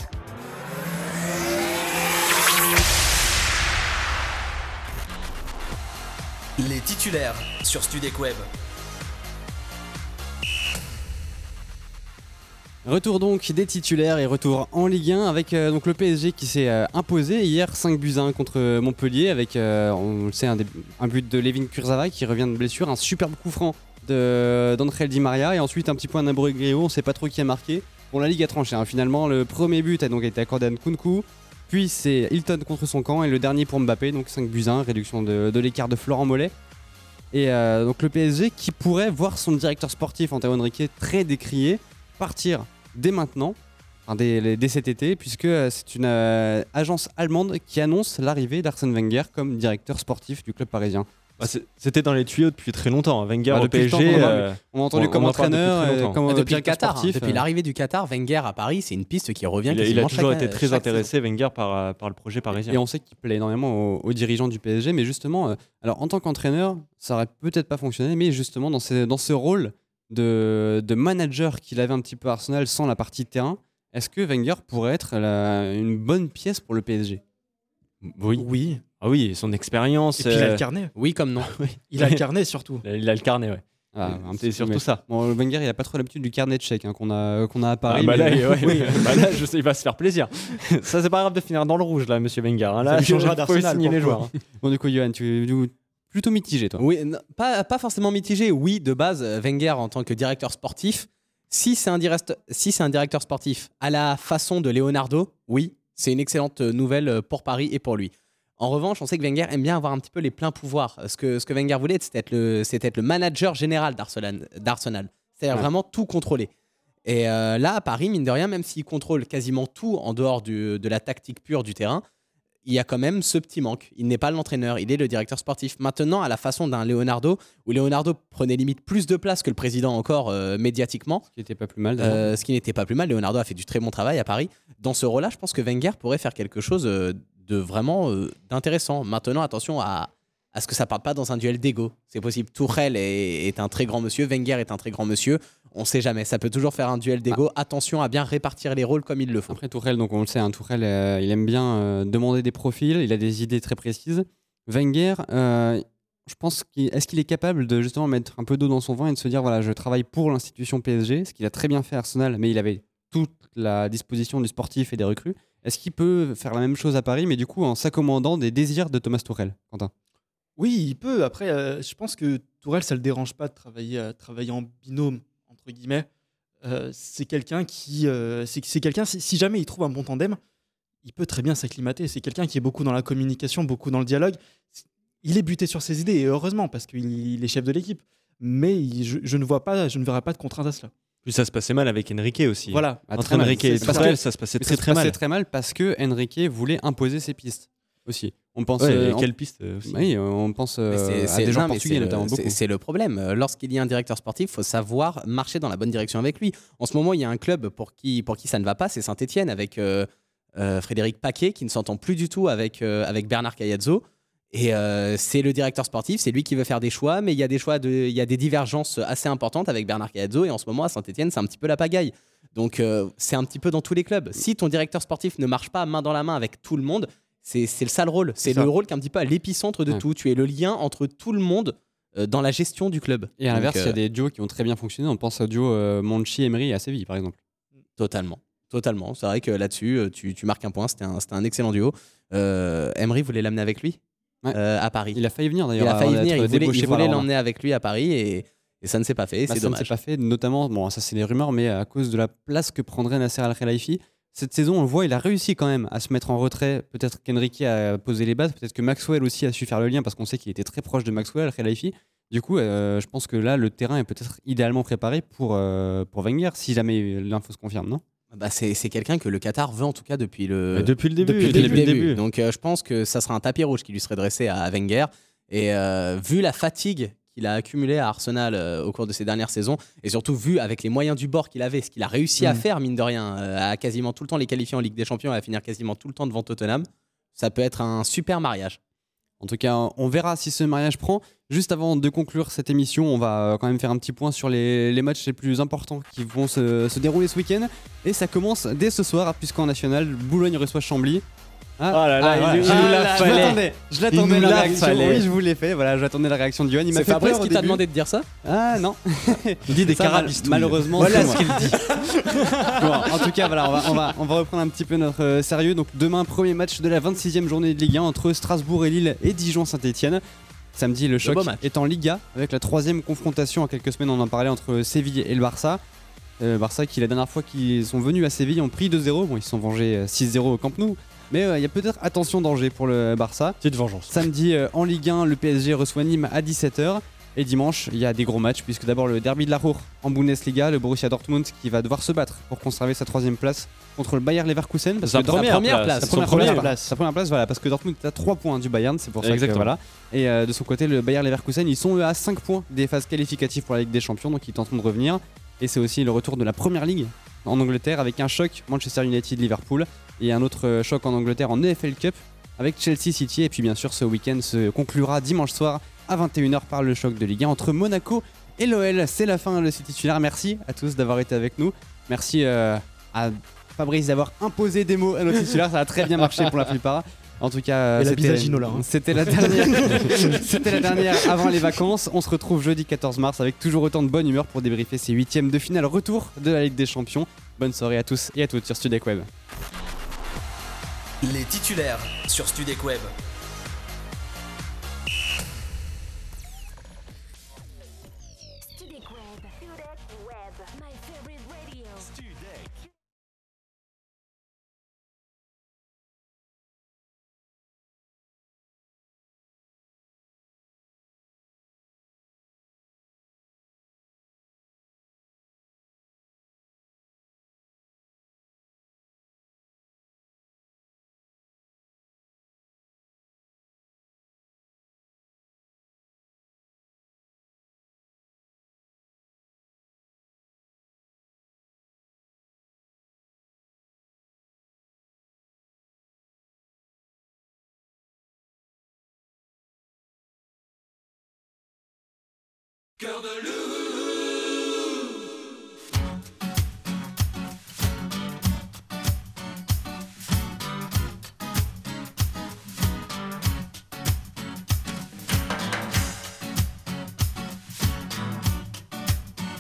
Les titulaires sur Studek Web. Retour donc des titulaires et retour en Ligue un avec euh, donc le P S G qui s'est euh, imposé hier cinq buts à un contre Montpellier avec, euh, on le sait, un, des- un but de Levin Kurzawa qui revient de blessure, un superbe coup franc de, d'André Di Maria et ensuite un petit point d'Imbroglio, on ne sait pas trop qui a marqué. Bon, la Ligue a tranché, hein. Finalement le premier but a donc été accordé à Nkunku, puis c'est Hilton contre son camp et le dernier pour Mbappé, donc cinq buts à un, réduction de, de l'écart de Florent Mollet. Et euh, donc le P S G qui pourrait voir son directeur sportif Antero Henrique très décrié partir dès maintenant, enfin dès, dès cet été, puisque euh, c'est une euh, agence allemande qui annonce l'arrivée d'Arsène Wenger comme directeur sportif du club parisien. Bah, c'est- c'était dans les tuyaux depuis très longtemps. hein. Wenger Bah, au depuis P le S temps G. qu'on en a- euh, on a entendu comme en parle depuis entraîneur, très euh, longtemps. comme Ah, depuis le directeur Qatar, hein. sportif, Depuis euh. l'arrivée du Qatar, Wenger à Paris, c'est une piste qui revient Il a, il a quasiment toujours chaque- été très chaque intéressé, Wenger, par, euh, par le projet parisien. Et on sait qu'il plaît énormément aux, aux dirigeants du P S G, mais justement, euh, alors en tant qu'entraîneur, ça aurait peut-être pas fonctionné, mais justement dans ce, dans ce rôle de, de manager qu'il avait un petit peu à Arsenal sans la partie terrain, est-ce que Wenger pourrait être la- une bonne pièce pour le P S G? Oui. Oui. Ah oui, son expérience. Et puis il a euh, le carnet. Oui comme non. Il a le carnet surtout. Il a le carnet, ouais. Ah, un c'est petit peu, surtout mais- ça. Bon, Wenger, il a pas trop l'habitude du carnet de chèques hein, qu'on a, qu'on a à Paris. Ah bah là, mais- il- ouais, ouais. Bah là, je sais, il va se faire plaisir. Ça, c'est pas grave de finir dans le rouge, là, monsieur Wenger. hein. Là, Ça lui changera il faut d'Arsenal, signer pour les le joueurs. coup. hein. Bon, du coup, Johan, tu es plutôt mitigé, toi. Oui, non, pas, pas forcément mitigé. Oui, de base, euh, Wenger en tant que directeur sportif, si c'est un, direct- si c'est un directeur sportif à la façon de Leonardo, oui, c'est une excellente nouvelle euh, pour Paris et pour lui. En revanche, on sait que Wenger aime bien avoir un petit peu les pleins pouvoirs. Ce que, ce que Wenger voulait, c'était être le, c'était être le manager général d'Arsenal. d'Arsenal. C'est-à-dire Ouais. vraiment tout contrôler. Et euh, là, à Paris, mine de rien, même s'il contrôle quasiment tout en dehors du- de la tactique pure du terrain, il y a quand même ce petit manque. Il n'est pas l'entraîneur, il est le directeur sportif. Maintenant, à la façon d'un Leonardo, où Leonardo prenait limite plus de place que le président encore euh, médiatiquement, Ce qui était pas plus mal. d'ailleurs. euh, ce qui n'était pas plus mal. Leonardo a fait du très bon travail à Paris. Dans ce rôle-là, je pense que Wenger pourrait faire quelque chose euh, de vraiment euh, d'intéressant. Maintenant, attention à, à ce que ça parte pas dans un duel d'ego. C'est possible. Tuchel est, est un très grand monsieur, Wenger est un très grand monsieur. On sait jamais. Ça peut toujours faire un duel d'ego. Attention à bien répartir les rôles comme il le faut. Après Tourelle, donc on le sait, hein, Tourelle, euh, il aime bien euh, demander des profils, il a des idées très précises. Wenger, euh, je pense qu'il est-ce qu'il est capable de justement mettre un peu d'eau dans son vin et de se dire voilà, je travaille pour l'institution P S G, ce qu'il a très bien fait à Arsenal, mais il avait toute la disposition du sportif et des recrues. Est-ce qu'il peut faire la même chose à Paris, mais du coup en s'accommodant des désirs de Thomas Tuchel, Quentin? Oui, il peut. Après, euh, je pense que Tourelle, ça le dérange pas de travailler, euh, travailler en binôme, entre guillemets. Euh, c'est quelqu'un qui. euh, c'est, c'est quelqu'un, si, si jamais il trouve un bon tandem, il peut très bien s'acclimater. C'est quelqu'un qui est beaucoup dans la communication, beaucoup dans le dialogue. Il est buté sur ses idées, et heureusement, parce qu'il il est chef de l'équipe. Mais il- je, je ne vois pas, je ne verrai pas de contrainte à cela. Puis ça se passait mal avec Enrique aussi. Voilà. Ah, Entre très mal. Enrique et C'est parce Tourelle, que- ça se passait mais très ça se très passait mal. très mal parce que Enrique voulait imposer ses pistes aussi. On pense. Ouais, euh, et on- quelle piste euh, aussi. Oui, on pense euh, Mais c'est- à c'est- des joueurs non, mais portugais c'est le- notamment beaucoup. c'est- C'est le problème. Euh, Lorsqu'il y a un directeur sportif, il faut savoir marcher dans la bonne direction avec lui. En ce moment, il y a un club pour qui, pour qui ça ne va pas, c'est Saint-Etienne, avec euh, euh, Frédéric Paquet, qui ne s'entend plus du tout avec, euh, avec Bernard Caiazzo. Et euh, c'est le directeur sportif, c'est lui qui veut faire des choix, mais il y a des choix, de, il y a des divergences assez importantes avec Bernard Caiazzo. Et en ce moment, à Saint-Etienne, c'est un petit peu la pagaille. Donc, euh, c'est un petit peu dans tous les clubs. Si ton directeur sportif ne marche pas main dans la main avec tout le monde, c'est c'est le sale rôle. C'est ça. le rôle qui est un petit peu à l'épicentre de Ouais. tout. Tu es le lien entre tout le monde euh, dans la gestion du club. Et à Donc, l'inverse, il y euh, a des duos qui ont très bien fonctionné. On pense au duo euh, Monchi-Emery à Séville, par exemple. Totalement. Totalement. C'est vrai que là-dessus, euh, tu, tu marques un point. C'était un, c'était un excellent duo. Euh, Emery voulait l'amener avec lui Ouais. euh, à Paris. Il a failli venir Il d'ailleurs. a failli avant venir. d'être Il voulait, débauché il par la voulait Roma. l'emmener avec lui à Paris et, et ça ne s'est pas fait. Bah, c'est ça ne dommage. s'est pas fait, notamment, bon, ça c'est des rumeurs, mais à cause de la place que prendrait Nasser Al-Khelaifi. Cette saison, on le voit, il a réussi quand même à se mettre en retrait. Peut-être qu'Enrique a posé les bases, peut-être que Maxwell aussi a su faire le lien parce qu'on sait qu'il était très proche de Maxwell, Al-Khelaifi. Du coup, euh, je pense que là, le terrain est peut-être idéalement préparé pour, euh, pour Wenger, si jamais l'info se confirme, non? Bah, c'est c'est quelqu'un que le Qatar veut en tout cas depuis le, Mais depuis le début, depuis le depuis début. le début. Donc euh, je pense que ça sera un tapis rouge qui lui serait dressé à Wenger. Et euh, vu la fatigue qu'il a accumulée à Arsenal euh, au cours de ces dernières saisons, et surtout vu avec les moyens du bord qu'il avait, ce qu'il a réussi à Mm. faire, mine de rien, euh, à quasiment tout le temps les qualifier en Ligue des Champions et à finir quasiment tout le temps devant Tottenham, ça peut être un super mariage. En tout cas, on verra si ce mariage prend. Juste avant de conclure cette émission, on va euh, quand même faire un petit point sur les, les matchs les plus importants qui vont se, se dérouler ce week-end. Et ça commence dès ce soir, puisqu'en national, Boulogne reçoit Chambly. Ah, Oh là là, ah, il- voilà. il Je- nous la je fallait. l'attendais, je Il l'attendais nous la la réaction. fallait. Oui, je vous l'ai fait. Voilà, j'attendais la réaction de Johan. Il m'a C'est fait Fabrice peur au qui t'a début. demandé de dire ça? Ah non. Il dit des Ça, mal- carabistouilles. Malheureusement, Voilà c'est ce moi. qu'il dit. Bon, en tout cas, voilà, on va, on, va, on va reprendre un petit peu notre euh, sérieux. Donc demain, premier match de la vingt-sixième journée de Ligue un entre Strasbourg et Lille et Dijon-Saint-Etienne. Samedi, le choc beau match. est en Liga avec la troisième confrontation en quelques semaines. On en parlait entre Séville et le Barça. Euh, Le Barça qui, la dernière fois qu'ils sont venus à Séville, ont pris deux zéro. Bon, ils se sont vengés euh, six zéro au Camp Nou. Mais euh, il y a peut-être attention danger pour le Barça. Petite vengeance. Samedi, euh, en Ligue un, le P S G reçoit Nîmes à dix-sept heures. Et dimanche, il y a des gros matchs, puisque d'abord le derby de la Ruhr en Bundesliga, le Borussia Dortmund qui va devoir se battre pour conserver sa troisième place contre le Bayer Leverkusen. Parce Sa que Dort- première place. Sa Sa première, première place. place. Sa première place, voilà, parce que Dortmund est à trois points du Bayern, c'est pour ça Exactement. que voilà. Et euh, de son côté, le Bayer Leverkusen, ils sont eux, à cinq points des phases qualificatives pour la Ligue des Champions, donc ils tenteront de revenir. Et c'est aussi le retour de la Première Ligue en Angleterre avec un choc Manchester United-Liverpool et un autre euh, choc en Angleterre en E F L Cup avec Chelsea City. Et puis bien sûr, ce week-end se conclura dimanche soir à vingt et une heures par le choc de Ligue un entre Monaco et l'O L. C'est la fin de ce titulaire. Merci à tous d'avoir été avec nous. Merci euh, à Fabrice d'avoir imposé des mots à nos titulaires. Ça a très bien marché pour la plupart. En tout cas, euh, Et la c'était- bise à Gino, là, hein. c'était la dernière. C'était la dernière avant les vacances. On se retrouve jeudi quatorze mars avec toujours autant de bonne humeur pour débriefer ces huitièmes de finale retour de la Ligue des Champions. Bonne soirée à tous et à toutes sur Studek Web. Les titulaires sur Studek Web. Cœur de loup.